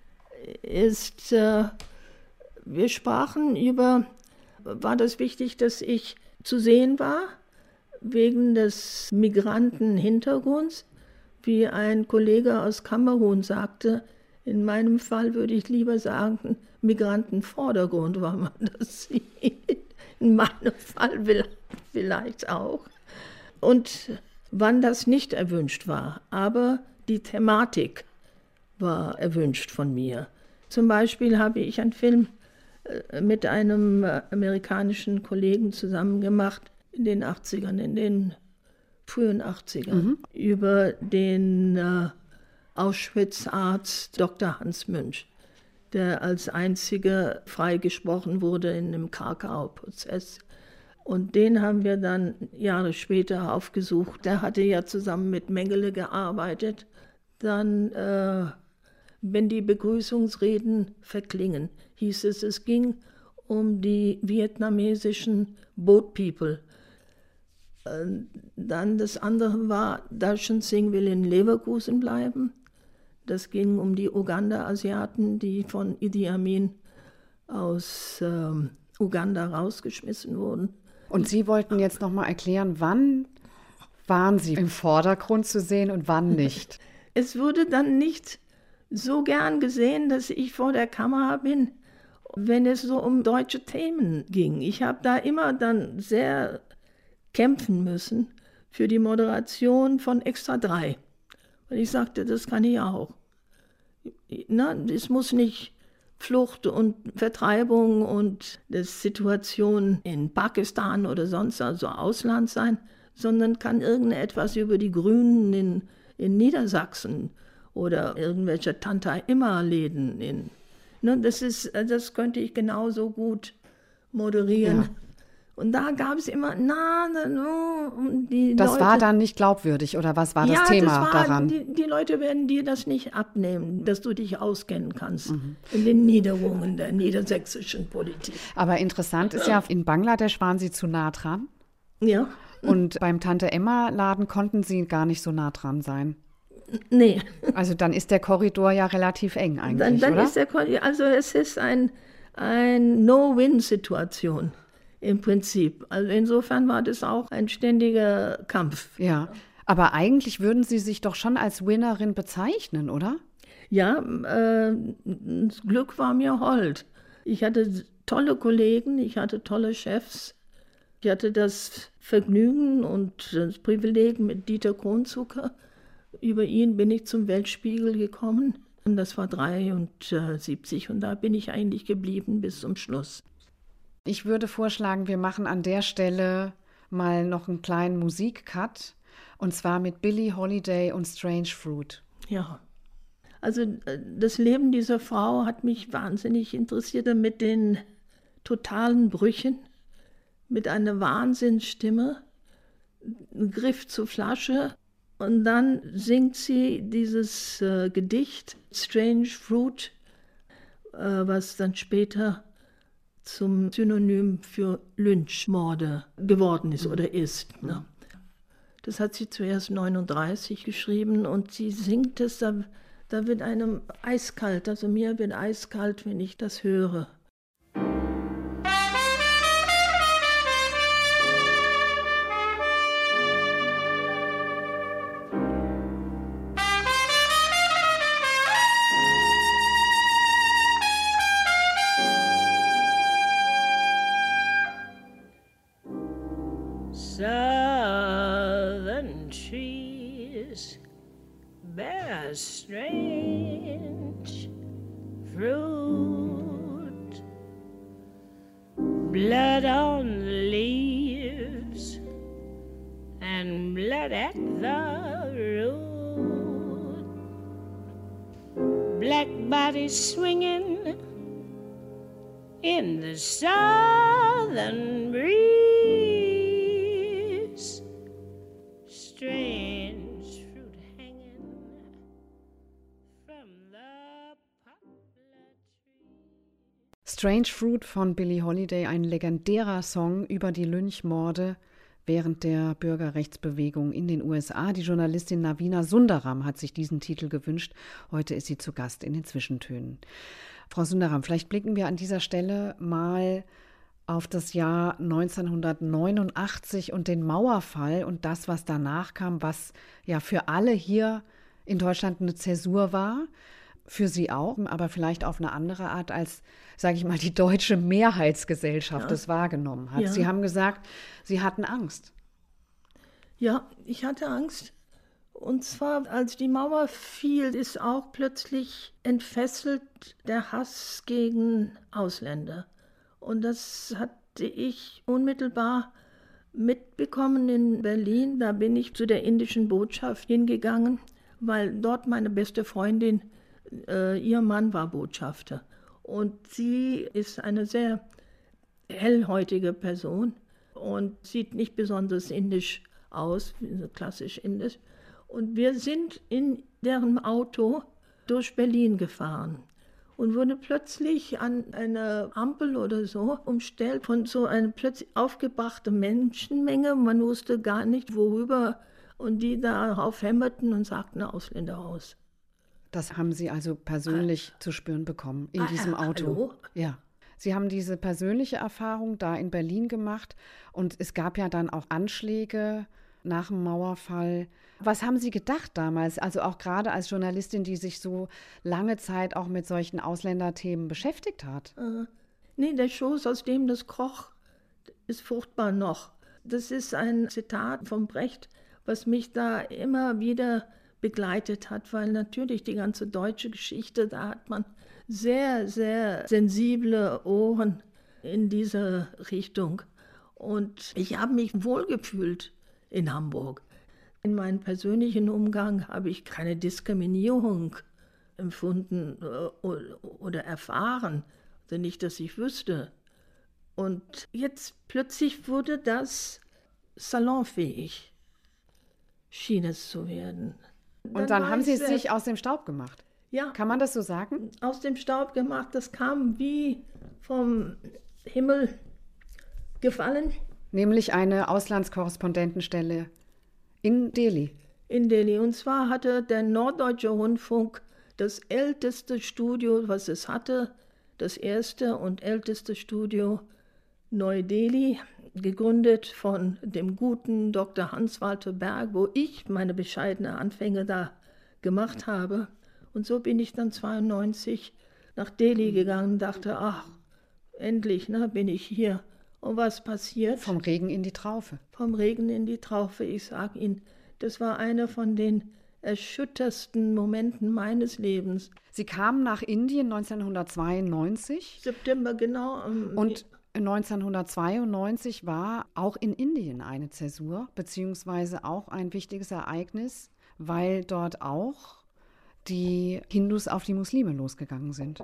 ist, wir sprachen über, war das wichtig, dass ich zu sehen war, wegen des Migrantenhintergrunds. Wie ein Kollege aus Kamerun sagte, in meinem Fall würde ich lieber sagen, Migrantenvordergrund, weil man das sieht. In meinem Fall vielleicht auch. Und wann das nicht erwünscht war, aber die Thematik war erwünscht von mir. Zum Beispiel habe ich einen Film mit einem amerikanischen Kollegen zusammen gemacht in den 80ern, in den frühen 80ern, über den Auschwitz-Arzt Dr. Hans Münch, der als einziger freigesprochen wurde in dem Krakau-Prozess. Und den haben wir dann Jahre später aufgesucht. Der hatte ja zusammen mit Mengele gearbeitet. Dann, wenn die Begrüßungsreden verklingen, hieß es, es ging um die vietnamesischen Boat People. Dann das andere war, Darshan Singh will in Leverkusen bleiben. Das ging um die Uganda-Asiaten, die von Idi Amin aus Uganda rausgeschmissen wurden. Und Sie wollten jetzt noch mal erklären, wann waren Sie im Vordergrund zu sehen und wann nicht? Es wurde dann nicht so gern gesehen, dass ich vor der Kamera bin, wenn es so um deutsche Themen ging. Ich habe da immer dann sehr kämpfen müssen für die Moderation von Extra 3. Und ich sagte, das kann ich auch. Na, es muss nicht Flucht und Vertreibung und die Situation in Pakistan oder sonst also Ausland sein, sondern kann irgendetwas über die Grünen in Niedersachsen oder irgendwelche Tante-Emma-Läden. Das könnte ich genauso gut moderieren. Ja. Und da gab es immer, das Leute, war dann nicht glaubwürdig, oder was war das Thema daran? Die Leute werden dir das nicht abnehmen, dass du dich auskennen kannst in den Niederungen der niedersächsischen Politik. Aber interessant ist ja, in Bangladesch waren Sie zu nah dran. Ja. Und beim Tante-Emma-Laden konnten Sie gar nicht so nah dran sein. Nee. Also dann ist der Korridor ja relativ eng eigentlich, dann oder? Ist der Korridor, also es ist ein No-Win-Situation im Prinzip. Also insofern war das auch ein ständiger Kampf. Ja, aber eigentlich würden Sie sich doch schon als Winnerin bezeichnen, oder? Ja, das Glück war mir hold. Ich hatte tolle Kollegen, ich hatte tolle Chefs. Ich hatte das Vergnügen und das Privileg mit Dieter Kronzucker. Über ihn bin ich zum Weltspiegel gekommen. Und das war 1973 und da bin ich eigentlich geblieben bis zum Schluss. Ich würde vorschlagen, wir machen an der Stelle mal noch einen kleinen Musikcut. Und zwar mit Billie Holiday und Strange Fruit. Ja, also das Leben dieser Frau hat mich wahnsinnig interessiert mit den totalen Brüchen, mit einer Wahnsinnsstimme, ein Griff zur Flasche. Und dann singt sie dieses Gedicht Strange Fruit, was dann später zum Synonym für Lynchmorde geworden ist oder ist. Ne? Das hat sie zuerst 1939 geschrieben und sie singt es, da wird einem eiskalt, also mir wird eiskalt, wenn ich das höre. Southern trees bear strange fruit, blood on the leaves and blood at the root, black bodies swinging in the southern breeze. Strange fruit hanging from the poplar tree. Strange Fruit von Billie Holiday, ein legendärer Song über die Lynchmorde während der Bürgerrechtsbewegung in den USA. Die Journalistin Navina Sundaram hat sich diesen Titel gewünscht. Heute ist sie zu Gast in den Zwischentönen. Frau Sundaram, vielleicht blicken wir an dieser Stelle mal auf das Jahr 1989 und den Mauerfall und das, was danach kam, was ja für alle hier in Deutschland eine Zäsur war, für Sie auch, aber vielleicht auf eine andere Art, als, sage ich mal, die deutsche Mehrheitsgesellschaft es wahrgenommen hat. Ja. Sie haben gesagt, Sie hatten Angst. Ja, ich hatte Angst. Und zwar, als die Mauer fiel, ist auch plötzlich entfesselt der Hass gegen Ausländer. Und das hatte ich unmittelbar mitbekommen in Berlin. Da bin ich zu der indischen Botschaft hingegangen, weil dort meine beste Freundin, ihr Mann war Botschafter. Und sie ist eine sehr hellhäutige Person und sieht nicht besonders indisch aus, klassisch indisch. Und wir sind in deren Auto durch Berlin gefahren und wurde plötzlich an einer Ampel oder so umstellt von so einer plötzlich aufgebrachten Menschenmenge. Man wusste gar nicht, worüber. Und die darauf hämmerten und sagten, Ausländer aus. Das haben Sie also persönlich zu spüren bekommen in diesem Auto? Hallo? Ja. Sie haben diese persönliche Erfahrung da in Berlin gemacht und es gab ja dann auch Anschläge nach dem Mauerfall. Was haben Sie gedacht damals, also auch gerade als Journalistin, die sich so lange Zeit auch mit solchen Ausländerthemen beschäftigt hat? Nee, der Schoß, aus dem das kroch, ist fruchtbar noch. Das ist ein Zitat von Brecht, was mich da immer wieder begleitet hat, weil natürlich die ganze deutsche Geschichte, da hat man sehr, sehr sensible Ohren in diese Richtung. Und ich habe mich wohlgefühlt in Hamburg. In meinem persönlichen Umgang habe ich keine Diskriminierung empfunden oder erfahren, also nicht, dass ich wüsste. Und jetzt plötzlich wurde das salonfähig, schien es zu werden. Und dann haben Sie es sich aus dem Staub gemacht. Ja. Kann man das so sagen? Aus dem Staub gemacht, das kam wie vom Himmel gefallen. Nämlich eine Auslandskorrespondentenstelle in Delhi. In Delhi. Und zwar hatte der Norddeutsche Rundfunk das älteste Studio, was es hatte, das erste und älteste Studio Neu-Delhi, gegründet von dem guten Dr. Hans-Walter Berg, wo ich meine bescheidenen Anfänge da gemacht habe. Und so bin ich dann 1992 nach Delhi gegangen und dachte, ach, endlich bin ich hier. Und was passiert? Vom Regen in die Traufe. Vom Regen in die Traufe. Ich sage Ihnen, das war einer von den erschütterndsten Momenten meines Lebens. Sie kamen nach Indien 1992. September, genau. Und 1992 war auch in Indien eine Zäsur, beziehungsweise auch ein wichtiges Ereignis, weil dort auch die Hindus auf die Muslime losgegangen sind.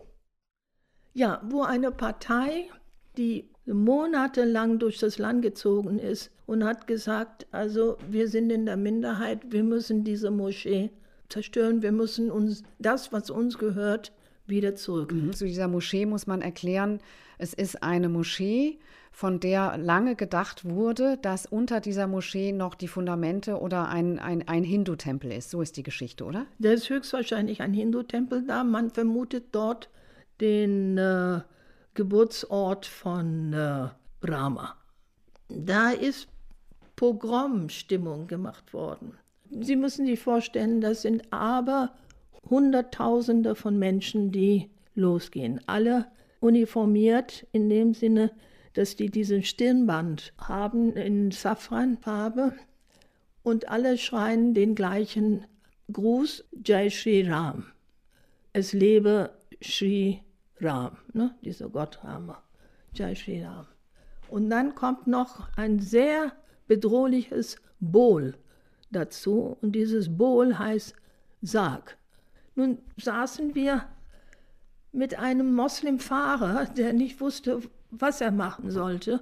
Ja, wo eine Partei, die monatelang durch das Land gezogen ist und hat gesagt, also wir sind in der Minderheit, wir müssen diese Moschee zerstören, wir müssen uns das, was uns gehört, wieder zurück. Zu dieser Moschee muss man erklären, es ist eine Moschee, von der lange gedacht wurde, dass unter dieser Moschee noch die Fundamente oder ein Hindu-Tempel ist. So ist die Geschichte, oder? Da ist höchstwahrscheinlich ein Hindu-Tempel da. Man vermutet dort den Geburtsort von Rama. Da ist Pogromstimmung gemacht worden. Sie müssen sich vorstellen, das sind aber Hunderttausende von Menschen, die losgehen. Alle uniformiert in dem Sinne, dass die diesen Stirnband haben in Safranfarbe und alle schreien den gleichen Gruß, Jai Shri Ram. Es lebe Shri Ram, dieser Gott Rama, Jai Shri Ram. Und dann kommt noch ein sehr bedrohliches Bol dazu und dieses Bol heißt Sarg. Nun saßen wir mit einem Moslemfahrer, der nicht wusste, was er machen sollte.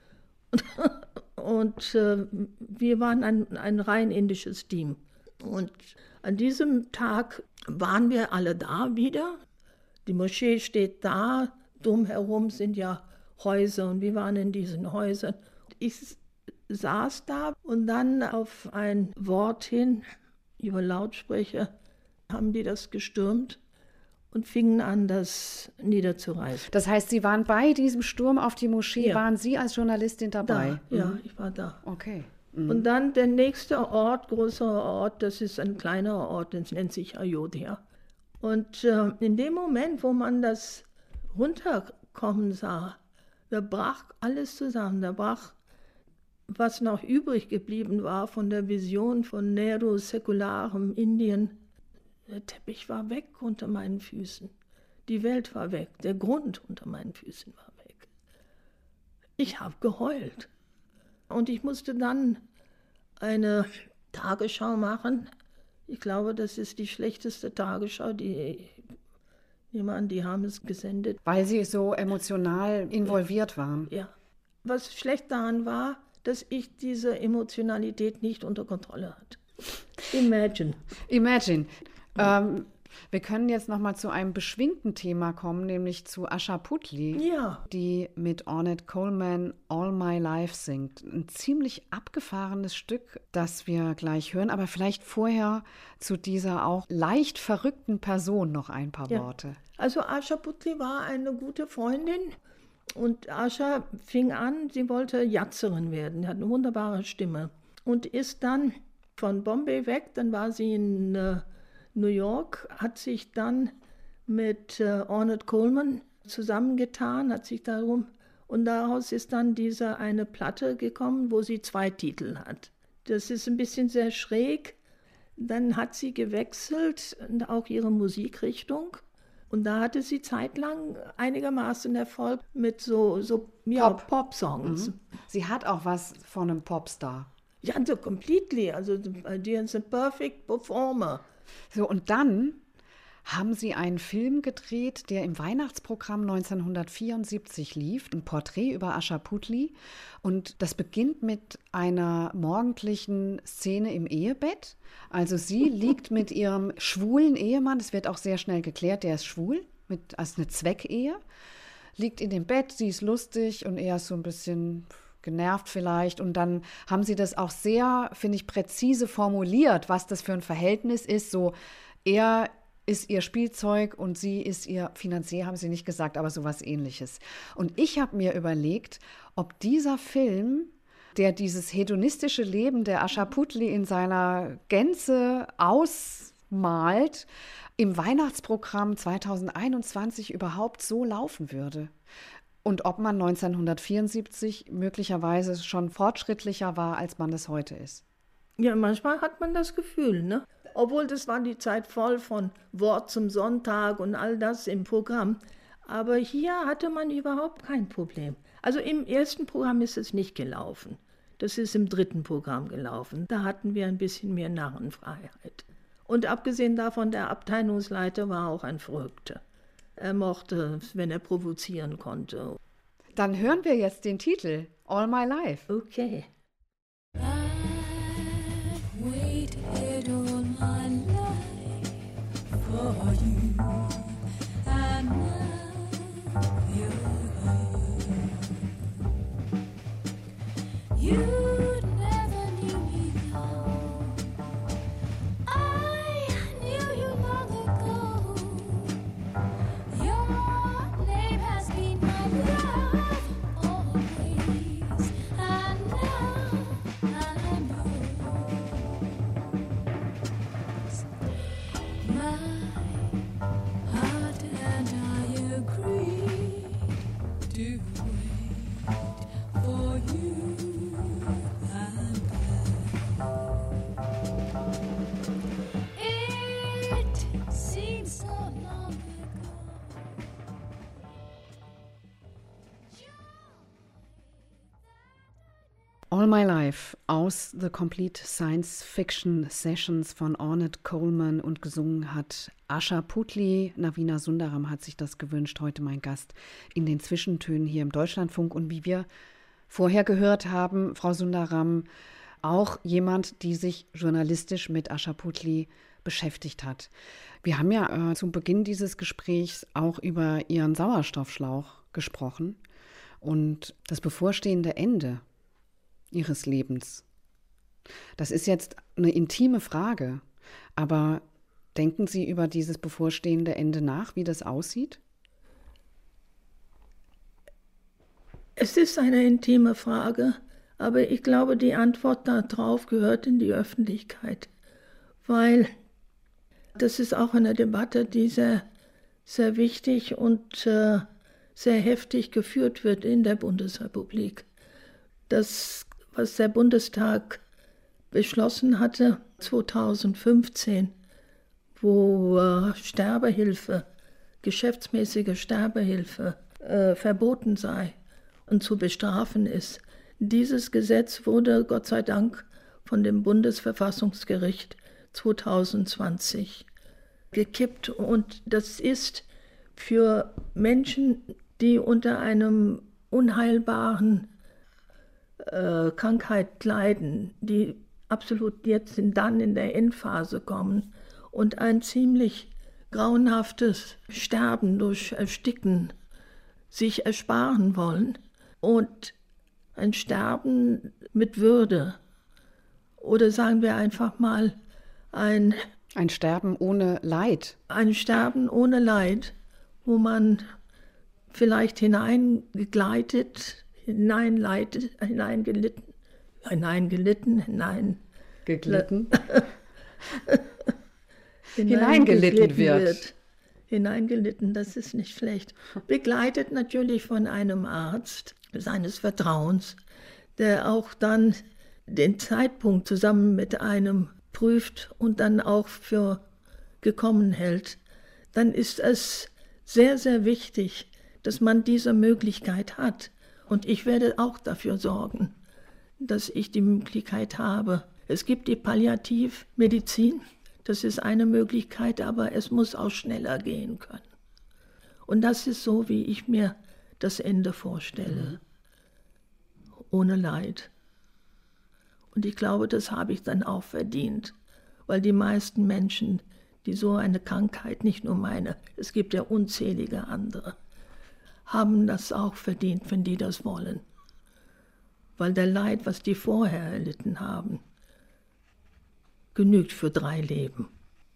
Und wir waren ein rein indisches Team. Und an diesem Tag waren wir alle da wieder. Die Moschee steht da, drumherum sind ja Häuser und wir waren in diesen Häusern. Ich saß da und dann auf ein Wort hin, über Lautsprecher, haben die das gestürmt und fingen an, das niederzureißen. Das heißt, Sie waren bei diesem Sturm auf die Moschee, Ja. Waren Sie als Journalistin dabei? Da, ja, ich war da. Okay. Und dann der nächste Ort, größere Ort, das ist ein kleinerer Ort, das nennt sich Ayodhya. Und in dem Moment, wo man das runterkommen sah, da brach alles zusammen. Da brach, was noch übrig geblieben war von der Vision von Nehrus säkularem Indien. Der Teppich war weg unter meinen Füßen. Die Welt war weg. Der Grund unter meinen Füßen war weg. Ich habe geheult. Und ich musste dann eine Tagesschau machen. Ich glaube, das ist die schlechteste Tagesschau, die haben es gesendet. Weil Sie so emotional involviert waren. Ja. Was schlecht daran war, dass ich diese Emotionalität nicht unter Kontrolle hatte. Imagine. Wir können jetzt noch mal zu einem beschwingten Thema kommen, nämlich zu Asha Puthli, Ja. die mit Ornette Coleman All My Life singt. Ein ziemlich abgefahrenes Stück, das wir gleich hören, aber vielleicht vorher zu dieser auch leicht verrückten Person noch ein paar Worte. Also Asha Puthli war eine gute Freundin und Asha fing an, sie wollte Jazzerin werden, sie hat eine wunderbare Stimme und ist dann von Bombay weg, dann war sie in New York, hat sich dann mit Ornette Coleman zusammengetan, hat sich darum, und daraus ist dann diese eine Platte gekommen, wo sie 2 Titel hat. Das ist ein bisschen sehr schräg. Dann hat sie gewechselt, auch ihre Musikrichtung. Und da hatte sie zeitlang einigermaßen Erfolg mit so Pop-Songs. Sie hat auch was von einem Popstar. Ja, so completely. Also, die ist ein perfect performer. So, und dann haben Sie einen Film gedreht, der im Weihnachtsprogramm 1974 lief, ein Porträt über Asha Puthli. Und das beginnt mit einer morgendlichen Szene im Ehebett. Also sie liegt mit ihrem schwulen Ehemann, das wird auch sehr schnell geklärt, der ist schwul, als eine Zweckehe, liegt in dem Bett, sie ist lustig und er ist so ein bisschen genervt vielleicht. Und dann haben sie das auch sehr, finde ich, präzise formuliert, was das für ein Verhältnis ist. So, er ist ihr Spielzeug und sie ist ihr Finanzier, haben sie nicht gesagt, aber sowas Ähnliches. Und ich habe mir überlegt, ob dieser Film, der dieses hedonistische Leben der Asha Puthli in seiner Gänze ausmalt, im Weihnachtsprogramm 2021 überhaupt so laufen würde. Und ob man 1974 möglicherweise schon fortschrittlicher war, als man es heute ist. Ja, manchmal hat man das Gefühl, ne? Obwohl, das war die Zeit voll von Wort zum Sonntag und all das im Programm. Aber hier hatte man überhaupt kein Problem. Also im ersten Programm ist es nicht gelaufen. Das ist im dritten Programm gelaufen. Da hatten wir ein bisschen mehr Narrenfreiheit. Und abgesehen davon, der Abteilungsleiter war auch ein Verrückter. Er mochte, wenn er provozieren konnte. Dann hören wir jetzt den Titel, All My Life. Okay. Waited all my life for you, and now you're here. You never knew me though. I knew you long ago. Your name has been my love always, and now I know. My heart and I agree to wait for you and it seems so long ago. All My Life aus The Complete Science Fiction Sessions von Ornette Coleman und gesungen hat Asha Puthli. Navina Sundaram hat sich das gewünscht, heute mein Gast in den Zwischentönen hier im Deutschlandfunk. Und wie wir vorher gehört haben, Frau Sundaram, auch jemand, die sich journalistisch mit Asha Puthli beschäftigt hat. Wir haben ja zum Beginn dieses Gesprächs auch über ihren Sauerstoffschlauch gesprochen und das bevorstehende Ende ihres Lebens. Das ist jetzt eine intime Frage, aber denken Sie über dieses bevorstehende Ende nach, wie das aussieht? Es ist eine intime Frage, aber ich glaube, die Antwort darauf gehört in die Öffentlichkeit, weil das ist auch eine Debatte, die sehr, sehr wichtig und sehr heftig geführt wird in der Bundesrepublik. Das, was der Bundestag beschlossen hatte 2015, wo Sterbehilfe, geschäftsmäßige Sterbehilfe verboten sei und zu bestrafen ist. Dieses Gesetz wurde Gott sei Dank von dem Bundesverfassungsgericht 2020 gekippt. Und das ist für Menschen, die unter einem unheilbaren Krankheit leiden, die absolut jetzt dann in der Endphase kommen und ein ziemlich grauenhaftes Sterben durch Ersticken sich ersparen wollen und ein Sterben mit Würde oder sagen wir einfach mal ein Sterben ohne Leid. Ein Sterben ohne Leid wo man vielleicht hineingelitten, wird. Hineingelitten, das ist nicht schlecht. Begleitet natürlich von einem Arzt seines Vertrauens, der auch dann den Zeitpunkt zusammen mit einem prüft und dann auch für gekommen hält. Dann ist es sehr, sehr wichtig, dass man diese Möglichkeit hat. Und ich werde auch dafür sorgen, dass ich die Möglichkeit habe. Es gibt die Palliativmedizin, das ist eine Möglichkeit, aber es muss auch schneller gehen können. Und das ist so, wie ich mir das Ende vorstelle, ohne Leid. Und ich glaube, das habe ich dann auch verdient, weil die meisten Menschen, die so eine Krankheit, nicht nur meine, es gibt ja unzählige andere, haben das auch verdient, wenn die das wollen. Weil der Leid, was die vorher erlitten haben, genügt für 3 Leben.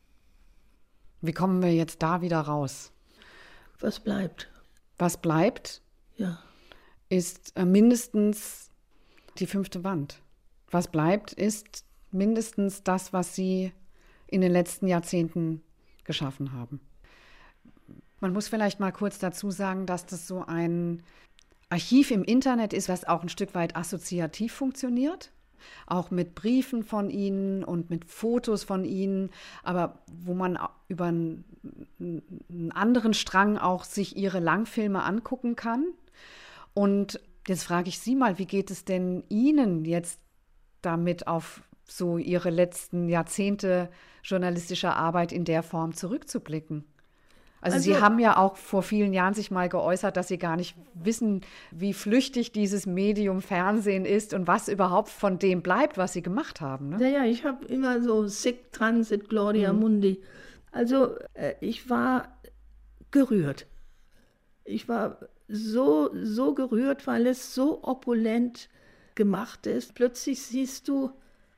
Wie kommen wir jetzt da wieder raus? Was bleibt? Was bleibt, Ja. ist mindestens die 5. Wand. Was bleibt, ist mindestens das, was Sie in den letzten Jahrzehnten geschaffen haben. Man muss vielleicht mal kurz dazu sagen, dass das so ein Archiv im Internet ist, was auch ein Stück weit assoziativ funktioniert. Auch mit Briefen von Ihnen und mit Fotos von Ihnen, aber wo man über einen anderen Strang auch sich Ihre Langfilme angucken kann. Und jetzt frage ich Sie mal, wie geht es denn Ihnen jetzt damit, auf so Ihre letzten Jahrzehnte journalistischer Arbeit in der Form zurückzublicken? Also Sie haben ja auch vor vielen Jahren sich mal geäußert, dass Sie gar nicht wissen, wie flüchtig dieses Medium Fernsehen ist und was überhaupt von dem bleibt, was Sie gemacht haben. Ne? Ja, ich habe immer so Sic transit Gloria Mundi. Also ich war gerührt. Ich war so gerührt, weil es so opulent gemacht ist. Plötzlich siehst du,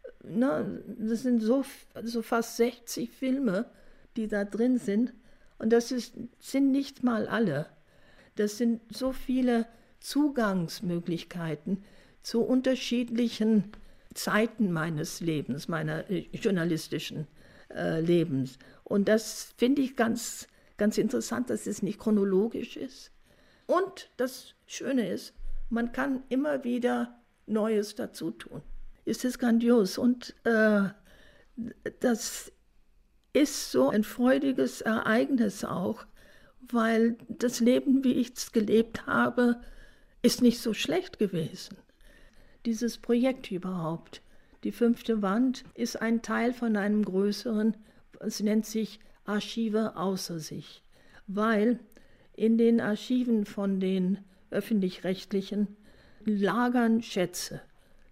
das sind so fast 60 Filme, die da drin sind. Und das sind nicht mal alle. Das sind so viele Zugangsmöglichkeiten zu unterschiedlichen Zeiten meines Lebens, meiner journalistischen Lebens. Und das finde ich ganz, ganz interessant, dass es nicht chronologisch ist. Und das Schöne ist, man kann immer wieder Neues dazu tun. Es ist grandios und das ist so ein freudiges Ereignis auch, weil das Leben, wie ich es gelebt habe, ist nicht so schlecht gewesen. Dieses Projekt überhaupt, die 5. Wand, ist ein Teil von einem größeren, es nennt sich Archive außer sich, weil in den Archiven von den öffentlich-rechtlichen lagern Schätze,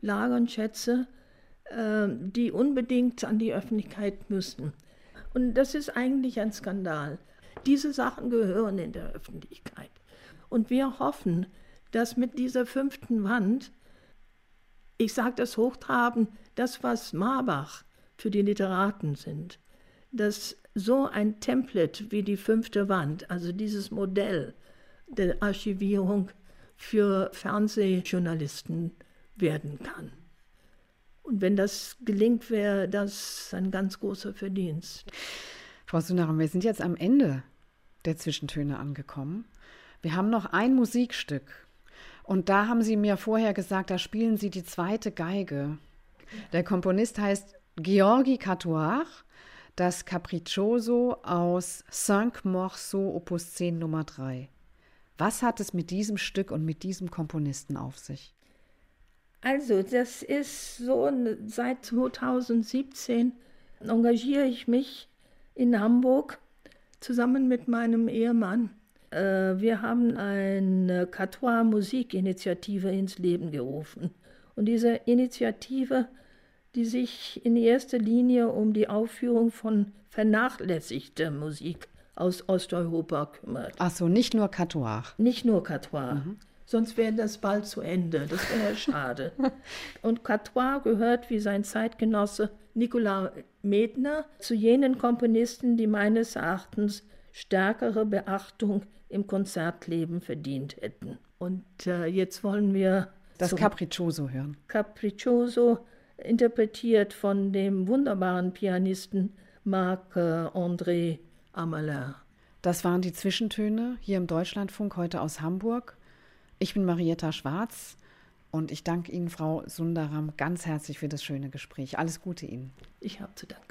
die unbedingt an die Öffentlichkeit müssen. Und das ist eigentlich ein Skandal. Diese Sachen gehören in der Öffentlichkeit. Und wir hoffen, dass mit dieser 5. Wand, ich sage das hochtrabend, das, was Marbach für die Literaten sind, dass so ein Template wie die 5. Wand, also dieses Modell der Archivierung für Fernsehjournalisten werden kann. Und wenn das gelingt, wäre das ein ganz großer Verdienst. Frau Sunaran, wir sind jetzt am Ende der Zwischentöne angekommen. Wir haben noch ein Musikstück. Und da haben Sie mir vorher gesagt, da spielen Sie die 2. Geige. Der Komponist heißt Georgi Catuar, das Capriccioso aus 5 Morceaux Opus 10 Nummer 3. Was hat es mit diesem Stück und mit diesem Komponisten auf sich? Also, das ist so, seit 2017 engagiere ich mich in Hamburg zusammen mit meinem Ehemann. Wir haben eine Catuar-Musikinitiative ins Leben gerufen. Und diese Initiative, die sich in erster Linie um die Aufführung von vernachlässigter Musik aus Osteuropa kümmert. Ach so, nicht nur Catuar. Nicht nur Catuar. Sonst wäre das bald zu Ende. Das wäre schade. Und Catuar gehört wie sein Zeitgenosse Nicolas Medtner zu jenen Komponisten, die meines Erachtens stärkere Beachtung im Konzertleben verdient hätten. Und jetzt wollen wir das Capriccioso hören. Capriccioso, interpretiert von dem wunderbaren Pianisten Marc-André Amalin. Das waren die Zwischentöne hier im Deutschlandfunk heute aus Hamburg. Ich bin Marietta Schwarz und ich danke Ihnen, Frau Sundaram, ganz herzlich für das schöne Gespräch. Alles Gute Ihnen. Ich habe zu danken.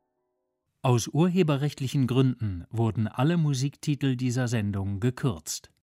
Aus urheberrechtlichen Gründen wurden alle Musiktitel dieser Sendung gekürzt.